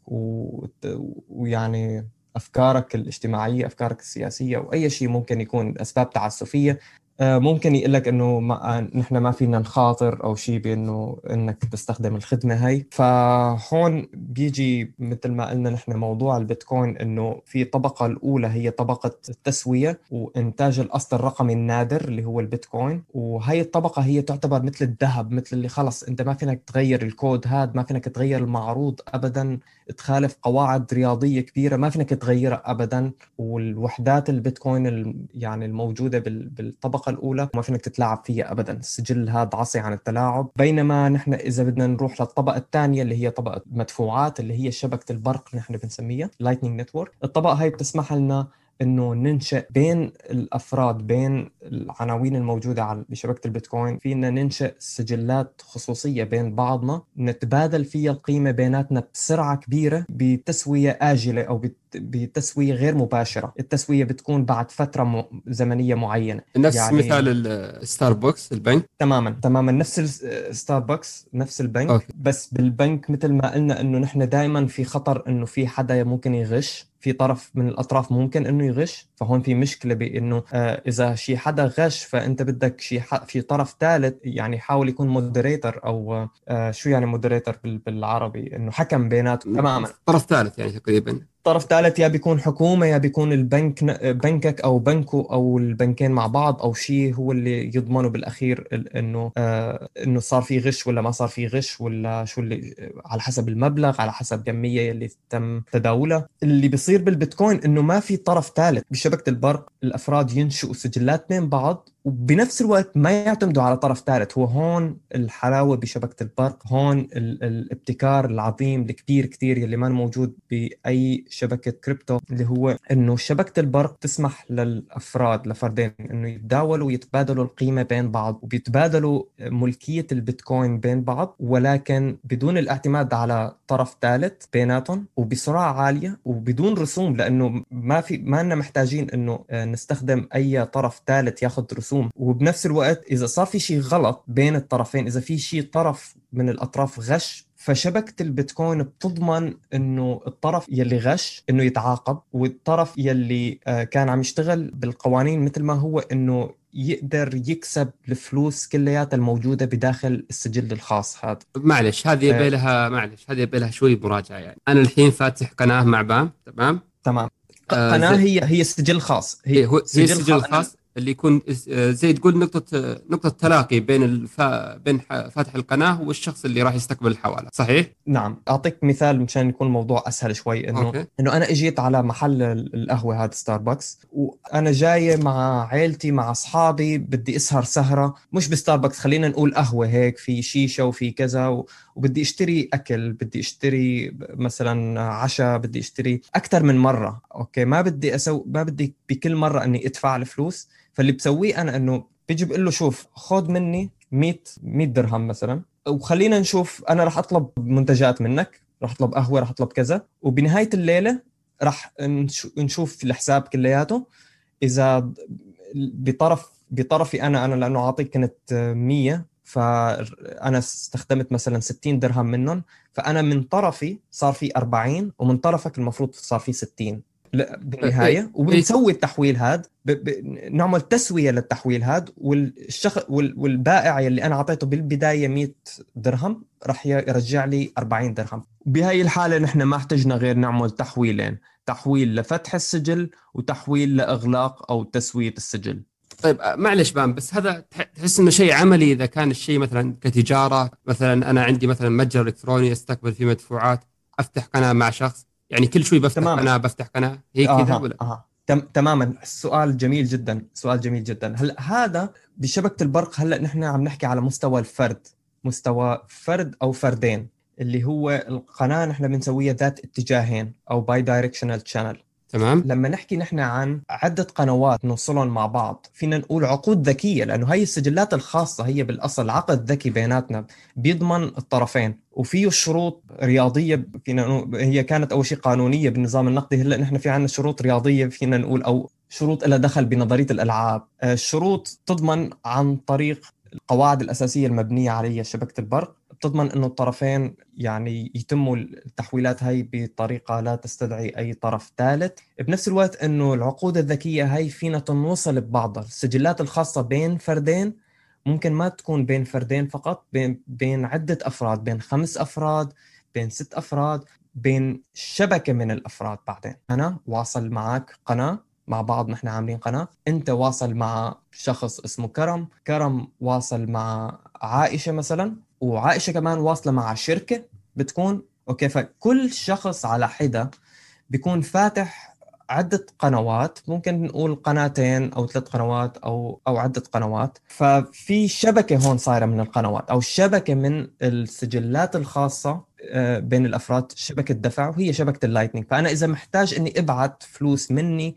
ويعني أفكارك الاجتماعية، أفكارك السياسية، أو أي شيء ممكن يكون أسباب تعسفية. ممكن يقول لك إنه نحن ما فينا نخاطر أو شيء بإنه إنك تستخدم الخدمة هاي. فهون بيجي مثل ما قلنا نحن موضوع البيتكوين، إنه في طبقة الأولى هي طبقة التسوية وإنتاج الأصل الرقمي النادر اللي هو البيتكوين. وهي الطبقة هي تعتبر مثل الذهب، مثل اللي خلص أنت ما فينك تغير الكود هذا، ما فينك تغير المعروض أبدا، تخالف قواعد رياضية كبيرة ما فينك تغيرها أبدا. والوحدات البيتكوين يعني الموجودة بالطبقة الأولى ما فينك تتلاعب فيها أبدا، السجل هذا عصي عن التلاعب. بينما نحن إذا بدنا نروح للطبقة الثانية اللي هي طبقة مدفوعات، اللي هي شبكة البرق نحن بنسميها Lightning Network، الطبقة هاي بتسمح لنا انه ننشئ بين الافراد، بين العناوين الموجوده بشبكه البيتكوين، فينا ننشئ سجلات خصوصيه بين بعضنا نتبادل فيها القيمه بيناتنا بسرعه كبيره بتسويه اجله او بتسويه غير مباشره. التسويه بتكون بعد فتره زمنيه معينه. نفس يعني مثال الستاربكس البنك. تماما تماما نفس ستاربكس، نفس البنك. اوكي. بس بالبنك مثل ما قلنا انه نحن دائما في خطر انه في حدا ممكن يغش، في طرف من الاطراف ممكن انه يغش. فهون في مشكله بانه اذا شي حدا غش فانت بدك في طرف ثالث، يعني يحاول يكون مودريتر او شو يعني مودريتر بالعربي، انه حكم بيناتهم. تماما، طرف ثالث يعني تقريبا. طرف ثالث، يا بيكون حكومة يا بيكون البنك، بنكك أو بنكه أو البنكين مع بعض، أو شيء هو اللي يضمنه بالأخير إنه صار في غش ولا ما صار في غش، ولا شو اللي على حسب المبلغ، على حسب الكمية اللي تم تداولها. اللي بيصير بالبيتكوين إنه ما في طرف ثالث. بشبكة البرق الأفراد ينشئوا سجلات بين بعض وبنفس الوقت ما يعتمدوا على طرف ثالث. هو هون الحلاوة بشبكة البرق، هون الابتكار العظيم الكبير كتير يلي ما موجود بأي شبكة كريبتو، اللي هو إنه شبكة البرق تسمح للأفراد، لفردين، إنه يتداولوا ويتبادلوا القيمة بين بعض وبيتبادلوا ملكية البيتكوين بين بعض، ولكن بدون الاعتماد على طرف ثالث بيناتهم، وبسرعة عالية وبدون رسوم. لأنه ما لنا محتاجين إنه نستخدم أي طرف ثالث ياخذ رسوم. وبنفس الوقت إذا صار في شيء غلط بين الطرفين، إذا في شيء طرف من الأطراف غش، فشبكة البيتكوين بتضمن إنه الطرف يلي غش إنه يتعاقب، والطرف يلي كان عم يشتغل بالقوانين مثل ما هو إنه يقدر يكسب الفلوس كلياتها الموجودة بداخل السجل الخاص هذا. معلش هذه يبي لها شوي مراجعه. يعني انا الحين فاتح قناه مع بام، تمام. تمام. آه قناة زي هي سجل خاص، إيه، هي هي سجل السجل خاص. الخاص. اللي يكون زي تقول نقطة تلاقي بين فاتح القناة والشخص اللي راح يستقبل الحوالة، صحيح؟ نعم، أعطيك مثال مشان يكون الموضوع أسهل شوي. اوكي. إنه أنا إجيت على محل القهوة هذا ستاربكس، وأنا جاي مع عائلتي مع أصحابي، بدي أسهر سهرة مش بستاربكس، خلينا نقول قهوة هيك في شيشة وفي كذا وبدي أشتري أكل، بدي أشتري مثلا عشاء، بدي أشتري أكثر من مرة. أوكي، ما بدي بكل مرة أني أدفع الفلوس. فاللي بسويه أنا إنه بيجي بقول له شوف، خذ مني 100 درهم مثلا، وخلينا نشوف، انا راح اطلب منتجات منك، راح اطلب قهوه، راح اطلب كذا، وبنهايه الليله راح نشوف الحساب كلياته. اذا بطرفي انا لانه عاطيك كانت 100، فانا استخدمت مثلا 60 درهم منهم، فانا من طرفي صار في 40، ومن طرفك المفروض صار في 60 اي بالنهايه. اي. وبنسوي التحويل هذا، نعمل تسويه للتحويل هذا، والبائع اللي انا اعطيته بالبدايه 100 درهم راح يرجع لي 40 درهم. بهاي الحاله نحن ما احتجنا غير نعمل تحويلين: تحويل لفتح السجل، وتحويل لاغلاق او تسويه السجل. طيب معلش بام، بس هذا تحس انه شيء عملي اذا كان الشيء مثلا كتجاره؟ مثلا انا عندي مثلا متجر الكتروني استقبل فيه مدفوعات، افتح قناه مع شخص، يعني كل شوي بفتح تماما. قناه بفتح قناه، هي كذا ولا؟ تماما. السؤال جميل جدا، سؤال جميل جدا. هلا هذا بشبكة البرق، هلا نحن عم نحكي على مستوى الفرد، مستوى فرد او فردين، اللي هو القناة نحن بنسويها ذات اتجاهين او باي دايركشنال شانل. تمام. لما نحكي نحن عن عدة قنوات نوصلهم مع بعض، فينا نقول عقود ذكية، لأنه هي السجلات الخاصة هي بالأصل عقد ذكي بيناتنا بيضمن الطرفين، وفيه شروط رياضية. فينا نقول هي كانت أول شيء قانونية بالنظام النقدي، هلأ نحن في عنا شروط رياضية فينا نقول، أو شروط لها دخل بنظرية الألعاب. الشروط تضمن عن طريق القواعد الأساسية المبنية عليها شبكة البرق، بتضمن انه الطرفين يعني يتموا التحويلات هاي بطريقة لا تستدعي اي طرف ثالث. بنفس الوقت انه العقود الذكية هاي فينا تنوصل ببعضها. السجلات الخاصة بين فردين ممكن ما تكون بين فردين فقط، بين عدة افراد، بين 5 افراد، بين 6 افراد، بين شبكة من الافراد. بعدين انا واصل معك قناة، مع بعض نحن عاملين قناة، انت واصل مع شخص اسمه كرم، كرم واصل مع عائشة مثلا، وعائشة كمان واصلة مع شركة بتكون اوكي. فكل شخص على حدة بيكون فاتح عدة قنوات، ممكن نقول قناتين أو 3 قنوات أو عدة قنوات. ففي شبكة هون صايرة من القنوات، أو شبكة من السجلات الخاصة بين الأفراد، شبكة دفع، وهي شبكة اللايتنينج. فأنا إذا محتاج إني أبعت فلوس مني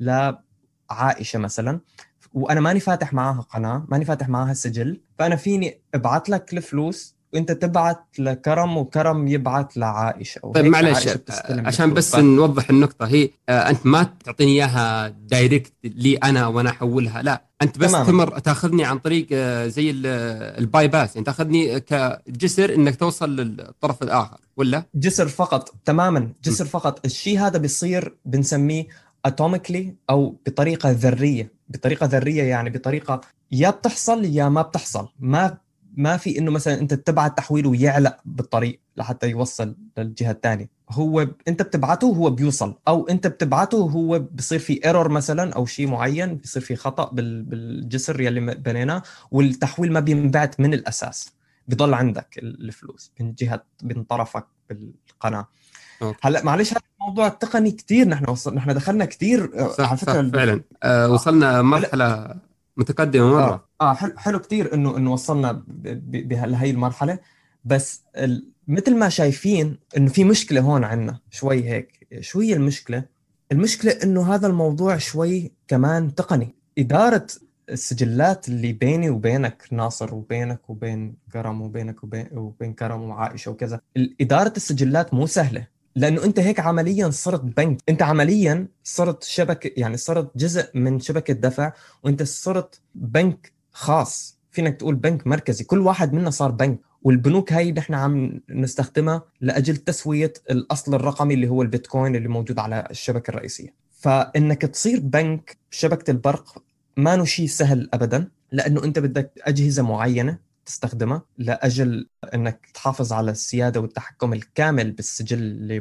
لعائشة مثلا، وانا ماني فاتح معاها قناه، ماني فاتح معاها سجل، فانا فيني ابعت لك الفلوس وانت تبعت لكرم، وكرم يبعت لعائشه، طيب وهيك معلش، عائشه بتستلم عشان الفلوس. بس نوضح النقطة، هي أنت ما تعطيني إياها دايركت لي أنا وأنا أحولها، لا أنت بس تماما. تاخذني عن طريق زي الباي باس، يعني تاخذني كجسر إنك توصل للطرف الآخر، ولا؟ جسر فقط، تماما م. جسر فقط. الشيء هذا بيصير بنسميه اتوميكلي، او بطريقه ذريه. بطريقه ذريه يعني بطريقه يا بتحصل يا ما بتحصل. ما في انه مثلا انت تبعت تحويل ويعلق بالطريق لحتى يوصل للجهه الثانيه. انت بتبعته وهو بيوصل، او انت بتبعته وهو بصير في ايرور مثلا، او شيء معين بصير في خطأ بالجسر يلي بنيناه، والتحويل ما بينبعت من الاساس، بضل عندك الفلوس من جهه، من طرفك بالقناه. أوكي. هلا معلش، هذا الموضوع التقني كثير، نحن دخلنا كثير صح على فكره صح فعلا، وصلنا هلا مرحلة متقدمة مرة. حلو كثير انه وصلنا لهي المرحله. بس مثل ما شايفين انه في مشكله هون عندنا شوي. هيك شو هي المشكله؟ المشكله انه هذا الموضوع شوي كمان تقني. اداره السجلات اللي بيني وبينك ناصر، وبينك وبين كرم، وبينك وبين كرم وعائشه وكذا، اداره السجلات مو سهله. لانه انت هيك عمليا صرت بنك، انت عمليا صرت شبكه، يعني صرت جزء من شبكه دفع، وانت صرت بنك خاص. فينك تقول بنك مركزي، كل واحد منا صار بنك. والبنوك هاي نحن عم نستخدمها لأجل تسوية الأصل الرقمي اللي هو البيتكوين اللي موجود على الشبكة الرئيسية. فإنك تصير بنك بشبكة البرق ما شيء سهل أبدا، لأنه أنت بدك أجهزة معينة تستخدمها لأجل أنك تحافظ على السيادة والتحكم الكامل بالسجل اللي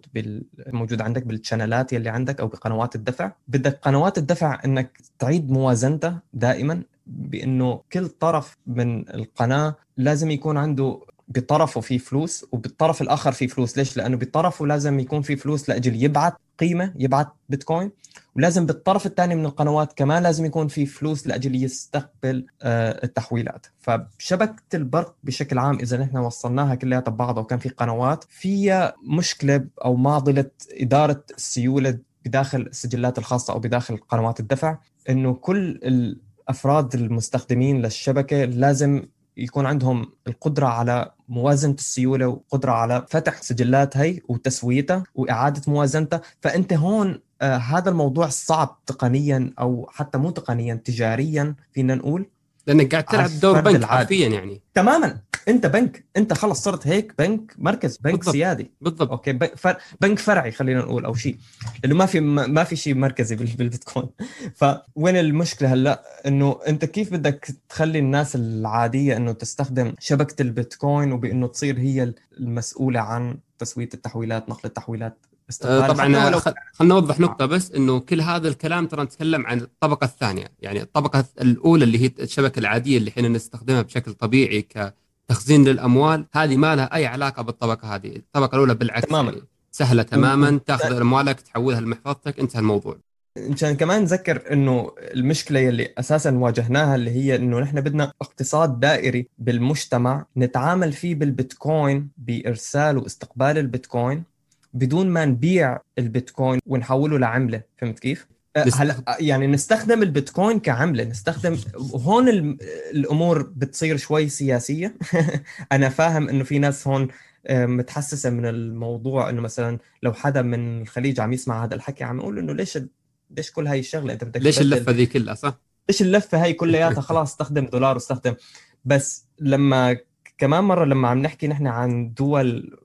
موجود عندك بالشانلات اللي عندك أو بقنوات الدفع. بدك قنوات الدفع أنك تعيد موازنتها دائما، بأنه كل طرف من القناة لازم يكون عنده بطرفه في فلوس وبالطرف الآخر في فلوس. ليش؟ لأنه بطرفه لازم يكون في فلوس لأجل يبعث قيمة، يبعث بيتكوين، ولازم بالطرف الثاني من القنوات كمان لازم يكون في فلوس لأجل يستقبل التحويلات. فشبكة البرق بشكل عام إذا نحن وصلناها كلها ببعضها وكان في قنوات فيها مشكلة أو معضلة إدارة السيولة بداخل السجلات الخاصة أو بداخل قنوات الدفع، إنه كل الأفراد المستخدمين للشبكة لازم يكون عندهم القدرة على موازنة السيولة وقدرة على فتح سجلات هي وتسويتها وإعادة موازنتها. فأنت هون هذا الموضوع صعب تقنيا أو حتى مو تقنيا، تجاريا فينا نقول، لانك قاعد على تلعب دور الفرد بنك العادي. حرفيا يعني. تماما، انت بنك، انت خلص صرت هيك بنك مركز، بنك بالضبط سيادي. بالضبط. اوكي، بنك فرعي خلينا نقول او شيء، لانه ما في شيء مركزي بالبيتكوين. فوين المشكله هلا؟ انه انت كيف بدك تخلي الناس العاديه انه تستخدم شبكه البيتكوين وبانه تصير هي المسؤوله عن تسويه التحويلات، نقل التحويلات، استقبال، حتى طبعا ولو خلينا نوضح نقطة بس، انه كل هذا الكلام ترى نتكلم عن الطبقة الثانية. يعني الطبقة الأولى اللي هي الشبكة العادية اللي احنا نستخدمها بشكل طبيعي كتخزين للأموال، هذه ما لها أي علاقة بالطبقة هذه. الطبقة الأولى بالعكس تماما. يعني سهلة تماما، تاخذ أموالك تحولها لمحفظتك، انتهى الموضوع. عشان كمان نذكر انه المشكله يلي اساسا واجهناها اللي هي انه نحن بدنا اقتصاد دائري بالمجتمع نتعامل فيه بالبيتكوين، بارسال واستقبال البيتكوين بدون ما نبيع البيتكوين ونحوله لعمله. فهمت كيف؟ هلا نستخدم يعني نستخدم البيتكوين كعمله، نستخدم هون الامور بتصير شوي سياسيه. انا فاهم انه في ناس هون متحسسه من الموضوع، انه مثلا لو حدا من الخليج عم يسمع هذا الحكي عم يقول انه ليش كل هاي الشغله انت بدك ليش تبدل؟ اللفة ذي كلها؟ صح. ليش اللفه هاي كلياتها؟ خلاص استخدم دولار واستخدم. بس لما كمان مره لما عم نحكي نحن عن دول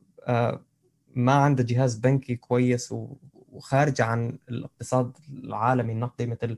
ما عندها جهاز بنكي كويس وخارجه عن الاقتصاد العالمي النقدي، مثل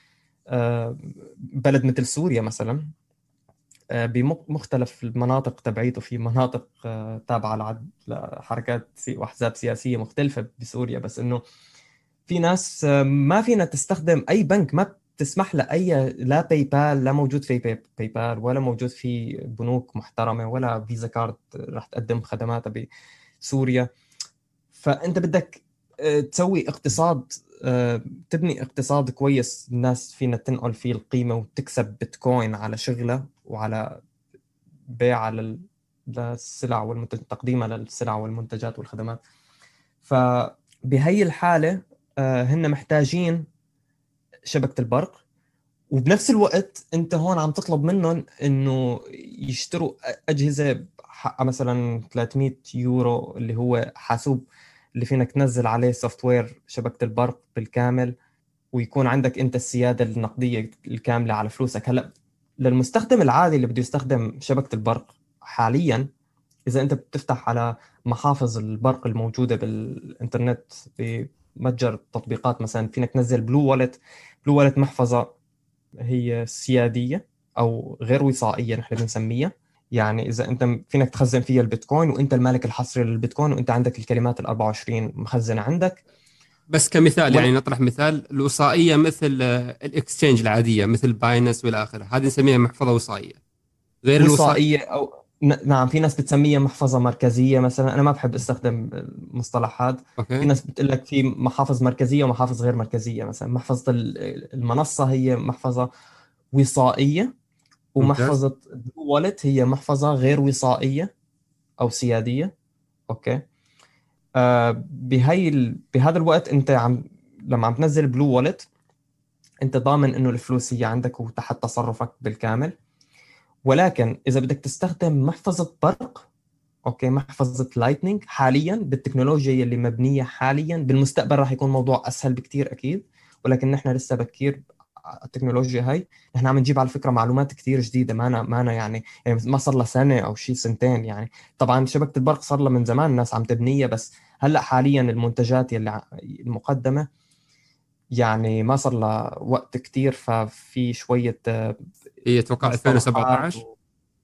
بلد مثل سوريا مثلا، بمختلف المناطق تبعيته، في مناطق تابعة لحركات وأحزاب سياسية مختلفة بسوريا، بس إنه في ناس ما فينا تستخدم أي بنك، ما تسمح له أي، لا باي بال، لا موجود في باي بال، ولا موجود في بنوك محترمة، ولا فيزا كارد راح تقدم خدماتها بسوريا. فأنت بدك تسوي اقتصاد، تبني اقتصاد كويس الناس فينا تنقل فيه القيمة وتكسب بيتكوين على شغلة وعلى بيع للسلع والمنتج، تقديمها للسلع والمنتجات والخدمات. فبهي الحالة هن محتاجين شبكة البرق، وبنفس الوقت انت هون عم تطلب منهم انه يشتروا أجهزة حقها مثلا 300 يورو، اللي هو حاسوب اللي فينك تنزل عليه سوفت وير شبكة البرق بالكامل، ويكون عندك انت السيادة النقدية الكاملة على فلوسك. هلا للمستخدم العادي اللي بده يستخدم شبكة البرق حاليا، إذا أنت بتفتح على محافظ البرق الموجودة بالإنترنت بمتجر التطبيقات، مثلا فينك تنزل بلو والت. بلو والت محفظة هي سيادية أو غير وصائية نحن بنسميها. يعني إذا أنت فينك تخزن فيها البيتكوين وأنت المالك الحصري للبيتكوين، وأنت عندك الكلمات ال 24 مخزنة عندك. بس كمثال ولا يعني نطرح مثال، الوصائية مثل الاكسشينج العادية مثل باينس والى اخره، هذه نسميها محفظة وصائية. غير الوصائية. وصائية أو نعم، في ناس بتسميها محفظة مركزية مثلا، أنا ما بحب استخدم المصطلحات. في اوكي ناس بتقول لك في محافظ مركزية ومحافظ غير مركزية. مثلا محفظة المنصة هي محفظة وصائية، ممتاز. ومحفظة بلو والت هي محفظة غير وصائية أو سيادية. أوكي. بهذا الوقت أنت لما عم تنزل بلو والت، أنت ضامن إنه الفلوس هي عندك وتحت تصرفك بالكامل. ولكن إذا بدك تستخدم محفظة برق، اوكي، محفظة لايتنينج حاليا بالتكنولوجيا اللي مبنية حاليا، بالمستقبل راح يكون موضوع اسهل بكتير اكيد، ولكن نحن لسه بكير التكنولوجيا هاي. نحن عم نجيب على فكرة معلومات كتير جديدة، ما أنا يعني ما صار لها سنة او شيء سنتين يعني. طبعا شبكة البرق صار لها من زمان الناس عم تبنيها، بس هلا حاليا المنتجات اللي المقدمة يعني ما صار لها وقت كتير، ففي شوية هي اتوقع مصطلحات 2017.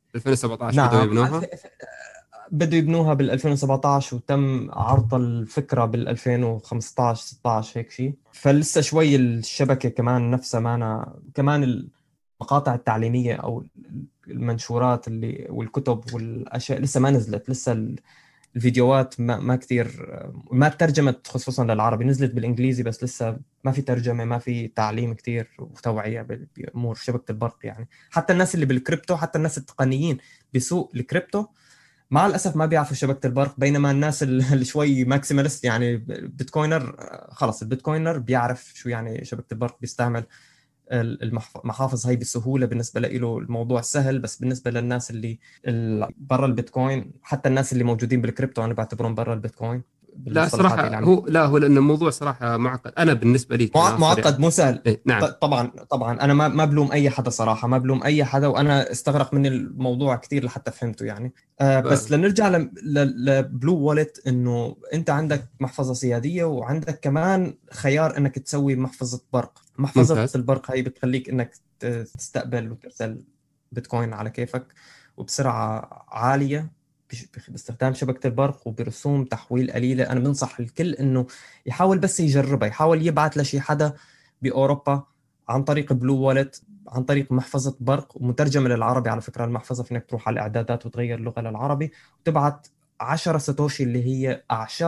2017 بدأوا نعم، يبنوها. بدوا يبنوها بال 2017 وتم عرض الفكرة بال 2015 16 هيك شيء. فلسه شوي الشبكة كمان نفسها معنا، كمان المقاطع التعليمية أو المنشورات اللي والكتب والأشياء لسه ما نزلت. لسه الفيديوهات ما كثير، ما ترجمت خصوصا للعربي، نزلت بالإنجليزي بس لسه ما في ترجمة، ما في تعليم كثير وتوعية بأمور شبكة البرق. يعني حتى الناس اللي بالكريبتو، حتى الناس التقنيين بسوق الكريبتو مع الأسف ما بيعرفوا شبكة البرق، بينما الناس اللي شوي ماكسيماليست يعني بيتكوينر، خلص البيتكوينر بيعرف شو يعني شبكة البرق، بيستعمل المحافظ هاي بسهولة. بالنسبة له الموضوع سهل، بس بالنسبة للناس اللي برا البيتكوين، حتى الناس اللي موجودين بالكريبتو أنا بعتبرهم برا البيتكوين لا بالمصطلحات صراحة اللي عم. هو لأن الموضوع صراحة معقد، أنا بالنسبة لي كناصر معقد يعني. مو سهل. إيه نعم. طبعا طبعا انا ما بلوم اي حدا صراحه، ما بلوم اي حدا، وانا استغرق مني الموضوع كثير لحتى فهمته يعني. بس لنرجع لبلو وولت، انه انت عندك محفظه سياديه وعندك كمان خيار انك تسوي محفظه برق. محفظه ممتاز. البرق هي بتخليك انك تستقبل وترسل بيتكوين على كيفك وبسرعه عاليه باستخدام شبكة البرق وبرسوم تحويل قليلة. أنا بنصح الكل إنه يحاول بس يجربها، يحاول يبعت لشي حدا بأوروبا عن طريق بلو وولت، عن طريق محفظة برق ومترجمة للعربي. على فكرة المحفظة فينك تروح على الإعدادات وتغير اللغة للعربي وتبعت 10 ساتوشي اللي هي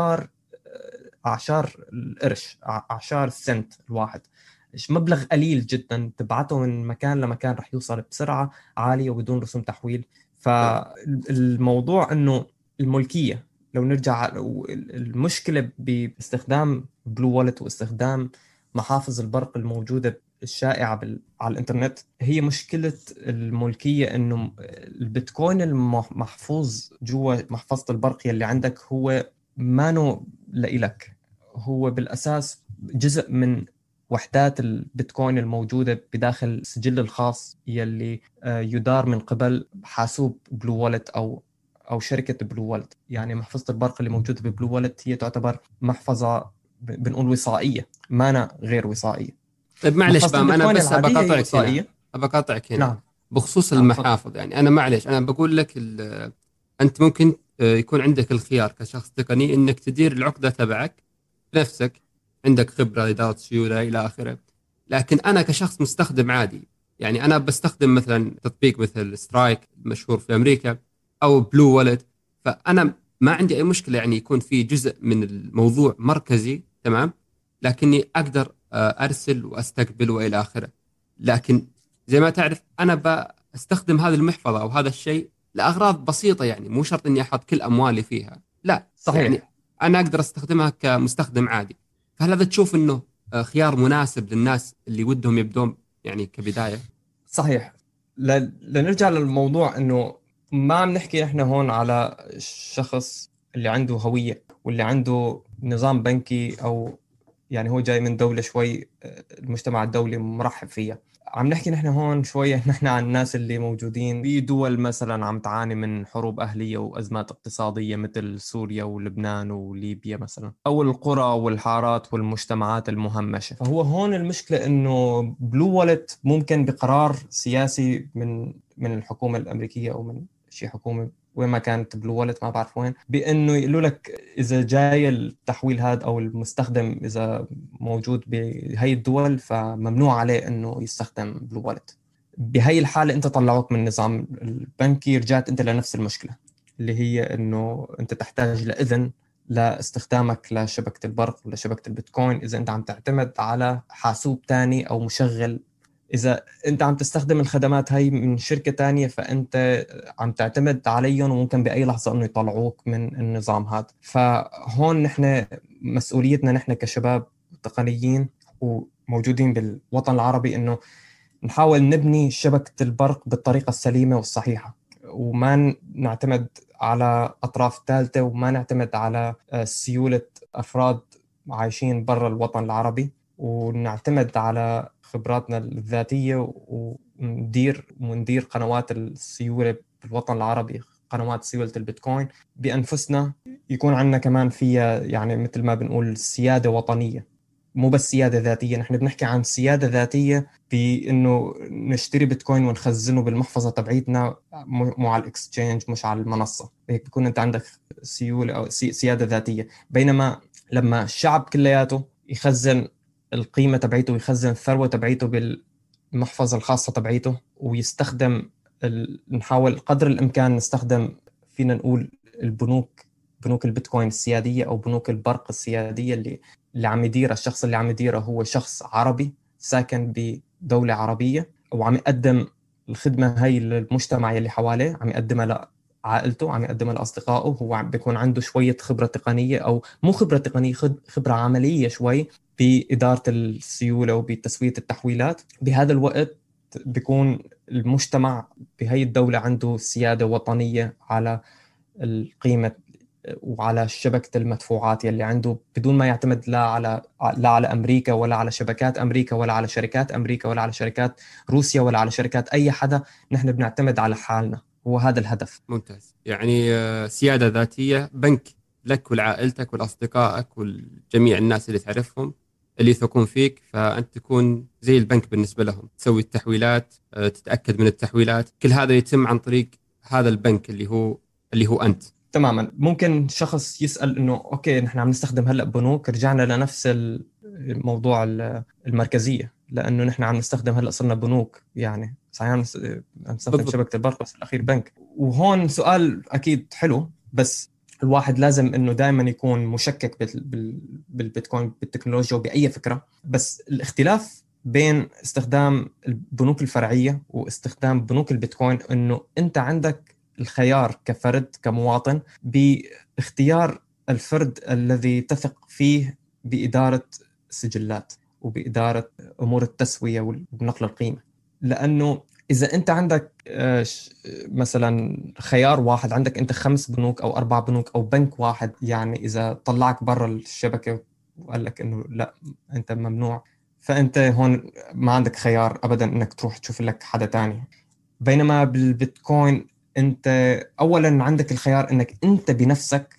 أعشار القرش، أعشار السنت الواحد. مبلغ قليل جدا، تبعته من مكان لمكان رح يوصل بسرعة عالية وبدون رسوم تحويل. فالموضوع انه الملكيه، لو نرجع المشكله باستخدام بلو وولت واستخدام محافظ البرق الموجوده الشائعه على الانترنت، هي مشكله الملكيه. انه البيتكوين المحفوظ جوا محفظه البرق يلي عندك هو مانو لإلك، هو بالاساس جزء من وحدات البيتكوين الموجودة بداخل السجل الخاص يلي يدار من قبل حاسوب بلو وولت أو شركة بلو وولت. يعني محفظة البرق اللي موجودة ببلو وولت هي تعتبر محفظة بنقول وصائية، مانا غير وصائية. طيب معلش محفظة بام، أنا البيتكوين بس العادية هي بقاطعك هنا، وصائية. بقاطعك هنا نعم. بخصوص نعم تفضل. المحافظ. يعني أنا معلش أنا بقول لك أنت ممكن يكون عندك الخيار كشخص تقني إنك تدير العقدة تبعك بنفسك، عندك خبرة إدارة سيولة إلى آخره. لكن أنا كشخص مستخدم عادي، يعني أنا بستخدم مثلا تطبيق مثل سترايك المشهور في أمريكا أو بلو وولت، فأنا ما عندي أي مشكلة يعني يكون في جزء من الموضوع مركزي تمام، لكني أقدر أرسل وأستقبل وإلى آخره. لكن زي ما تعرف أنا بستخدم هذه المحفظة أو هذا الشيء لأغراض بسيطة، يعني مو شرط إني أحط كل أموالي فيها، لا يعني صحيح أنا أقدر أستخدمها كمستخدم عادي. فهل هذا تشوف إنه خيار مناسب للناس اللي ودهم يبدون يعني كبداية؟ صحيح. لنرجع للموضوع، انه ما عم نحكي احنا هون على الشخص اللي عنده هوية واللي عنده نظام بنكي، او يعني هو جاي من دولة شوي المجتمع الدولي مرحب فيها. عم نحكي نحن هون شوية نحن عن الناس اللي موجودين بدول مثلا عم تعاني من حروب أهلية وأزمات اقتصادية مثل سوريا ولبنان وليبيا مثلا، أو القرى والحارات والمجتمعات المهمشة. فهو هون المشكلة إنه بلو وولت ممكن بقرار سياسي من الحكومة الأمريكية أو من شي حكومة وين ما كانت بلو وولت، ما بعرف وين، بانه يقولوا لك اذا جاي التحويل هذا او المستخدم اذا موجود بهي الدول فممنوع عليه انه يستخدم بلو وولت. بهي الحاله انت طلعوك من النظام البنكي، رجعت انت لنفس المشكله اللي هي انه انت تحتاج لاذن لاستخدامك لشبكه البرق ولا شبكه البيتكوين اذا انت عم تعتمد على حاسوب تاني او مشغل. إذا أنت عم تستخدم الخدمات هاي من شركة تانية فأنت عم تعتمد عليهم وممكن بأي لحظة أنه يطلعوك من النظام هذا. فهون نحن مسؤوليتنا نحن كشباب تقنيين وموجودين بالوطن العربي أنه نحاول نبني شبكة البرق بالطريقة السليمة والصحيحة، وما نعتمد على أطراف ثالثة، وما نعتمد على سيولة أفراد عايشين برا الوطن العربي، ونعتمد على خبراتنا الذاتية وندير قنوات السيولة بالوطن العربي، قنوات سيولة البيتكوين بأنفسنا. يكون عندنا كمان فيها يعني مثل ما بنقول سيادة وطنية، مو بس سيادة ذاتية، نحن بنحكي عن سيادة ذاتية بإنه نشتري بيتكوين ونخزنه بالمحفظة تبعيتنا، مو على الإكسشينج، مش على المنصة. هيك بيكون أنت عندك سيولة أو سيادة ذاتية. بينما لما الشعب كلياته يخزن القيمة تبعيته ويخزن الثروة تبعيته بالمحفظة الخاصة تبعيته، ويستخدم نحاول قدر الإمكان نستخدم، فينا نقول بنوك البيتكوين السيادية أو بنوك البرق السيادية اللي عم يديرها. الشخص اللي عم يديرها هو شخص عربي ساكن بدولة عربية، وعم يقدم الخدمة هاي للمجتمع اللي حواليه، عم يقدمها لعائلته، عم يقدمها لأصدقائه. هو بيكون عنده شوية خبرة تقنية، أو مو خبرة تقنية، خبرة عملية شوي بإدارة السيولة وبتسوية التحويلات. بهذا الوقت بيكون المجتمع بهاي الدولة عنده سيادة وطنية على القيمة وعلى شبكة المدفوعات يلي عنده، بدون ما يعتمد لا على أمريكا، ولا على شبكات أمريكا، ولا على شركات أمريكا، ولا على شركات روسيا، ولا على شركات أي حدا. نحن بنعتمد على حالنا. هو هذا الهدف. ممتاز. يعني سيادة ذاتية، بنك لك ولعائلتك ولأصدقائك والجميع الناس اللي تعرفهم اللي يثقون فيك، فأنت تكون زي البنك بالنسبة لهم، تسوي التحويلات، تتأكد من التحويلات، كل هذا يتم عن طريق هذا البنك اللي هو أنت. تماما. ممكن شخص يسأل إنه أوكي نحن عم نستخدم هلأ بنوك، رجعنا لنفس الموضوع المركزية، لأنه نحن عم نستخدم هلأ صرنا بنوك. يعني صحيح عم نستخدم بالضبط. شبكة البرق، بس الأخير بنك. وهون سؤال أكيد حلو، بس الواحد لازم إنه دائما يكون مشكك بالبيتكوين، بالتكنولوجيا وبأي فكرة. بس الاختلاف بين استخدام البنوك الفرعية واستخدام بنوك البيتكوين إنه أنت عندك الخيار كفرد كمواطن باختيار الفرد الذي تثق فيه بإدارة سجلات وبإدارة أمور التسوية ونقل القيمة. لأنه إذا أنت عندك مثلا خيار واحد، عندك أنت 5 بنوك أو 4 بنوك أو بنك واحد، يعني إذا طلعك برا الشبكة وقال لك إنه لا أنت ممنوع، فأنت هون ما عندك خيار أبدا إنك تروح تشوف لك حدا تاني. بينما بالبيتكوين انت اولا عندك الخيار انك انت بنفسك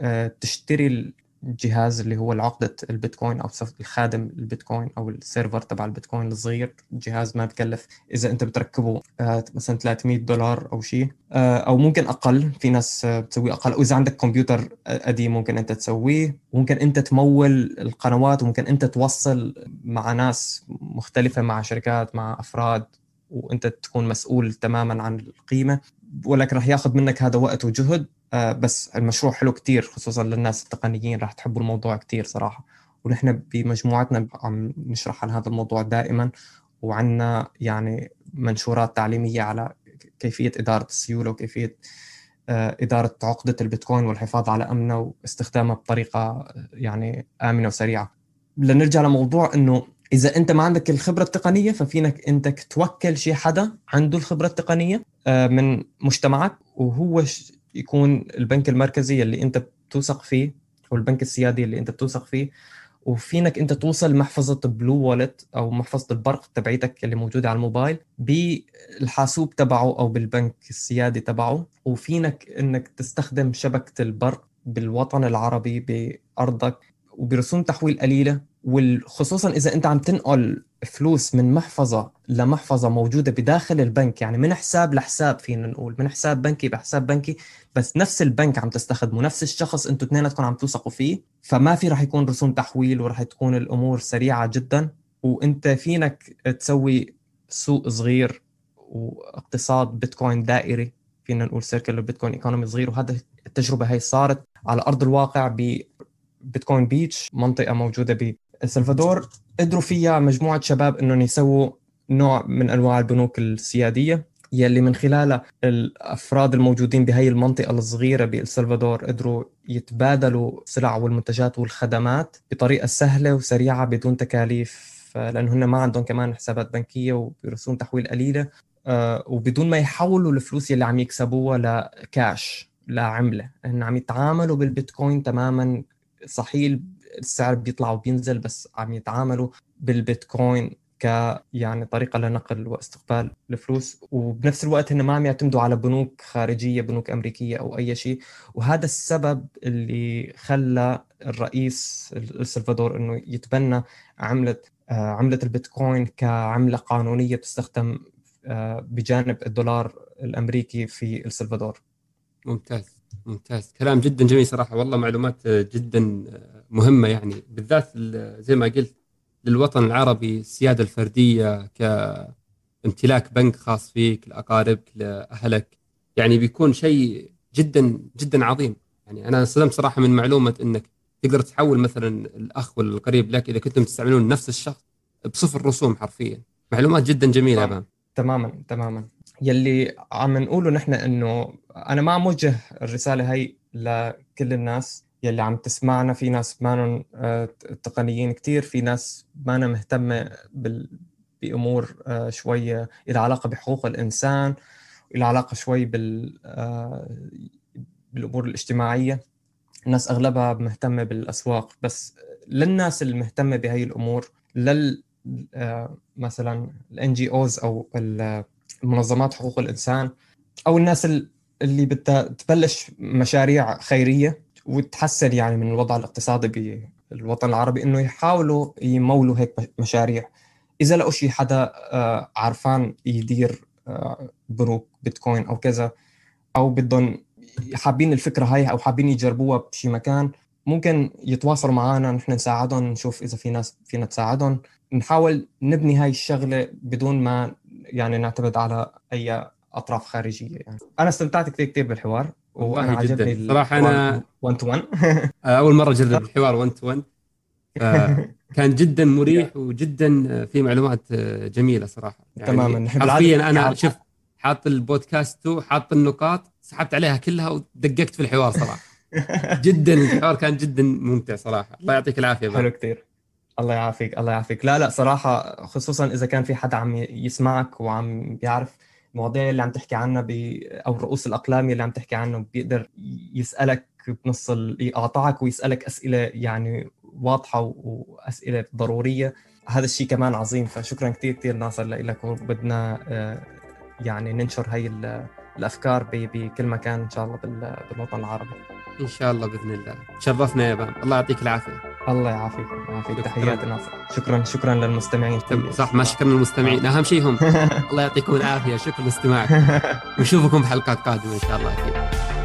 تشتري الجهاز اللي هو العقدة البيتكوين، او الخادم البيتكوين، او السيرفر تبع البيتكوين الصغير. الجهاز ما بكلف، اذا انت بتركبه مثلا $300 او شيء، او ممكن اقل. في ناس بتسوي اقل. واذا عندك كمبيوتر قديم ممكن انت تسويه. ممكن انت تمول القنوات، وممكن انت توصل مع ناس مختلفة، مع شركات، مع افراد، وانت تكون مسؤول تماما عن القيمة. ولكن راح ياخذ منك هذا وقت وجهد. بس المشروع حلو كتير، خصوصا للناس التقنيين راح تحبوا الموضوع كتير صراحة. ونحن بمجموعتنا عم نشرح عن هذا الموضوع دائما، وعنا يعني منشورات تعليمية على كيفية إدارة السيولة، وكيفية إدارة عقدة البيتكوين والحفاظ على أمنها واستخدامها بطريقة يعني آمنة وسريعة. لنرجع لموضوع إنه إذا أنت ما عندك الخبرة التقنية، ففينك أنت توكل شي حدا عنده الخبرة التقنية من مجتمعك، وهو يكون البنك المركزي اللي أنت بتوثق فيه، أو البنك السيادي اللي أنت بتوثق فيه. وفينك أنت توصل محفظة بلو والت أو محفظة البرق تبعيتك اللي موجودة على الموبايل بالحاسوب تبعه أو بالبنك السيادي تبعه. وفينك أنك تستخدم شبكة البرق بالوطن العربي بأرضك وبرسوم تحويل قليلة. وخصوصا إذا أنت عم تنقل فلوس من محفظة لمحفظة موجودة بداخل البنك، يعني من حساب لحساب، فينا نقول من حساب بنكي بحساب بنكي، بس نفس البنك عم تستخدمه، نفس الشخص انتوا اثنيناتكم عم توثقوا فيه. فما في راح يكون رسوم تحويل، وراح تكون الأمور سريعة جدا. وانت فينك تسوي سوق صغير واقتصاد بيتكوين دائري، فينا نقول سيركل بيتكوين ايكونومي صغير. وهذا التجربة هي صارت على أرض الواقع ببيتكوين بيتش، منطقة موجودة بالسلفادور. قدروا فيها مجموعة شباب انهم يسووا نوع من انواع البنوك السيادية، يلي من خلالها الافراد الموجودين بهي المنطقة الصغيرة بالسلفادور قدروا يتبادلوا السلع والمنتجات والخدمات بطريقة سهلة وسريعة بدون تكاليف، لأنه هن ما عندهم كمان حسابات بنكية وبرسوم تحويل قليلة، وبدون ما يحولوا الفلوس اللي عم يكسبوها لكاش، لا عملة. هن عم يتعاملوا بالبيتكوين تماما. صحيح السعر بيطلع وبينزل، بس عم يتعاملوا بالبيتكوين يعني طريقة لنقل واستقبال الفلوس. وبنفس الوقت هن ما عم يعتمدوا على بنوك خارجية، بنوك أمريكية أو أي شيء. وهذا السبب اللي خلى الرئيس السلفادور إنه يتبنى عملة البيتكوين كعملة قانونية تستخدم بجانب الدولار الأمريكي في السلفادور. ممتاز كلام جدا جميل صراحة، والله معلومات جدا مهمة، يعني بالذات زي ما قلت للوطن العربي السيادة الفردية كامتلاك بنك خاص فيك لأقاربك لأهلك، يعني بيكون شيء جدا جدا عظيم. يعني أنا صدمت صراحة من معلومة إنك تقدر تحول مثلا الأخ والقريب لك إذا كنتم تستعملون نفس الشخص بصفر رسوم حرفيا. معلومات جدا جميلة يا بام. تماما. يلي عم نقوله نحن إنه أنا ما موجه الرسالة هاي لكل الناس يلي عم تسمعنا. في ناس مانن تقنيين كتير، في ناس مانا مهتمة بأمور شوية إلى علاقة بحقوق الإنسان، إلى علاقة شوي بالأمور الاجتماعية. الناس أغلبها مهتمة بالأسواق. بس للناس المهتمة بهاي الأمور، مثلا ال NGOs أو المنظمات حقوق الإنسان، أو الناس اللي بدها تبلش مشاريع خيرية وتحسن يعني من الوضع الاقتصادي بالوطن العربي، إنه يحاولوا يمولوا هيك مشاريع. إذا لقوا شي حدا عارفان يدير بنوك بيتكوين أو كذا، أو بدهم حابين الفكرة هاي أو حابين يجربوها بشي مكان، ممكن يتواصلوا معنا، نحن نساعدهم، نشوف إذا في ناس فينا تساعدهم، نحاول نبني هاي الشغلة بدون ما يعني نعتمد على أي أطراف خارجية. يعني أنا استمتعت كتير بالحوار، وأنا والله عجبني جدا صراحة الحوار أنا 1 to 1. أول مرة أجرب الحوار 1 to 1، فكان جدا مريح وجدا في معلومات جميلة صراحة. تماما. يعني نحن بالعادة حرفيا بنحكي أنا عن شفت حاط البودكاست حاط النقاط سحبت عليها كلها ودققت في الحوار صراحة. جدا الحوار كان جدا ممتع صراحة. الله يعطيك العافية بام. حلو كتير. الله يعافيك الله يعافيك. لا صراحة، خصوصا إذا كان في حدا عم يسمعك وعم بيعرف المواضيع اللي عم تحكي عنها أو الرؤوس الأقلامية اللي عم تحكي عنها، بيقدر يسألك بنص يقاطعك ويسألك أسئلة يعني واضحة وأسئلة ضرورية. هذا الشيء كمان عظيم. فشكرا كتير ناصر لك، وبدنا يعني ننشر هاي الأفكار بكل مكان إن شاء الله بالوطن العربي. إن شاء الله بإذن الله. تشرفنا يا بام، الله يعطيك العافية. الله يعافيك تحياتي ناصر. شكرا للمستمعين. صح، ما شكرنا المستمعين، أهم شيء هم. الله يعطيكم العافية، شكرا لاستماعكم، ونشوفكم بحلقات قادمة إن شاء الله أكيد.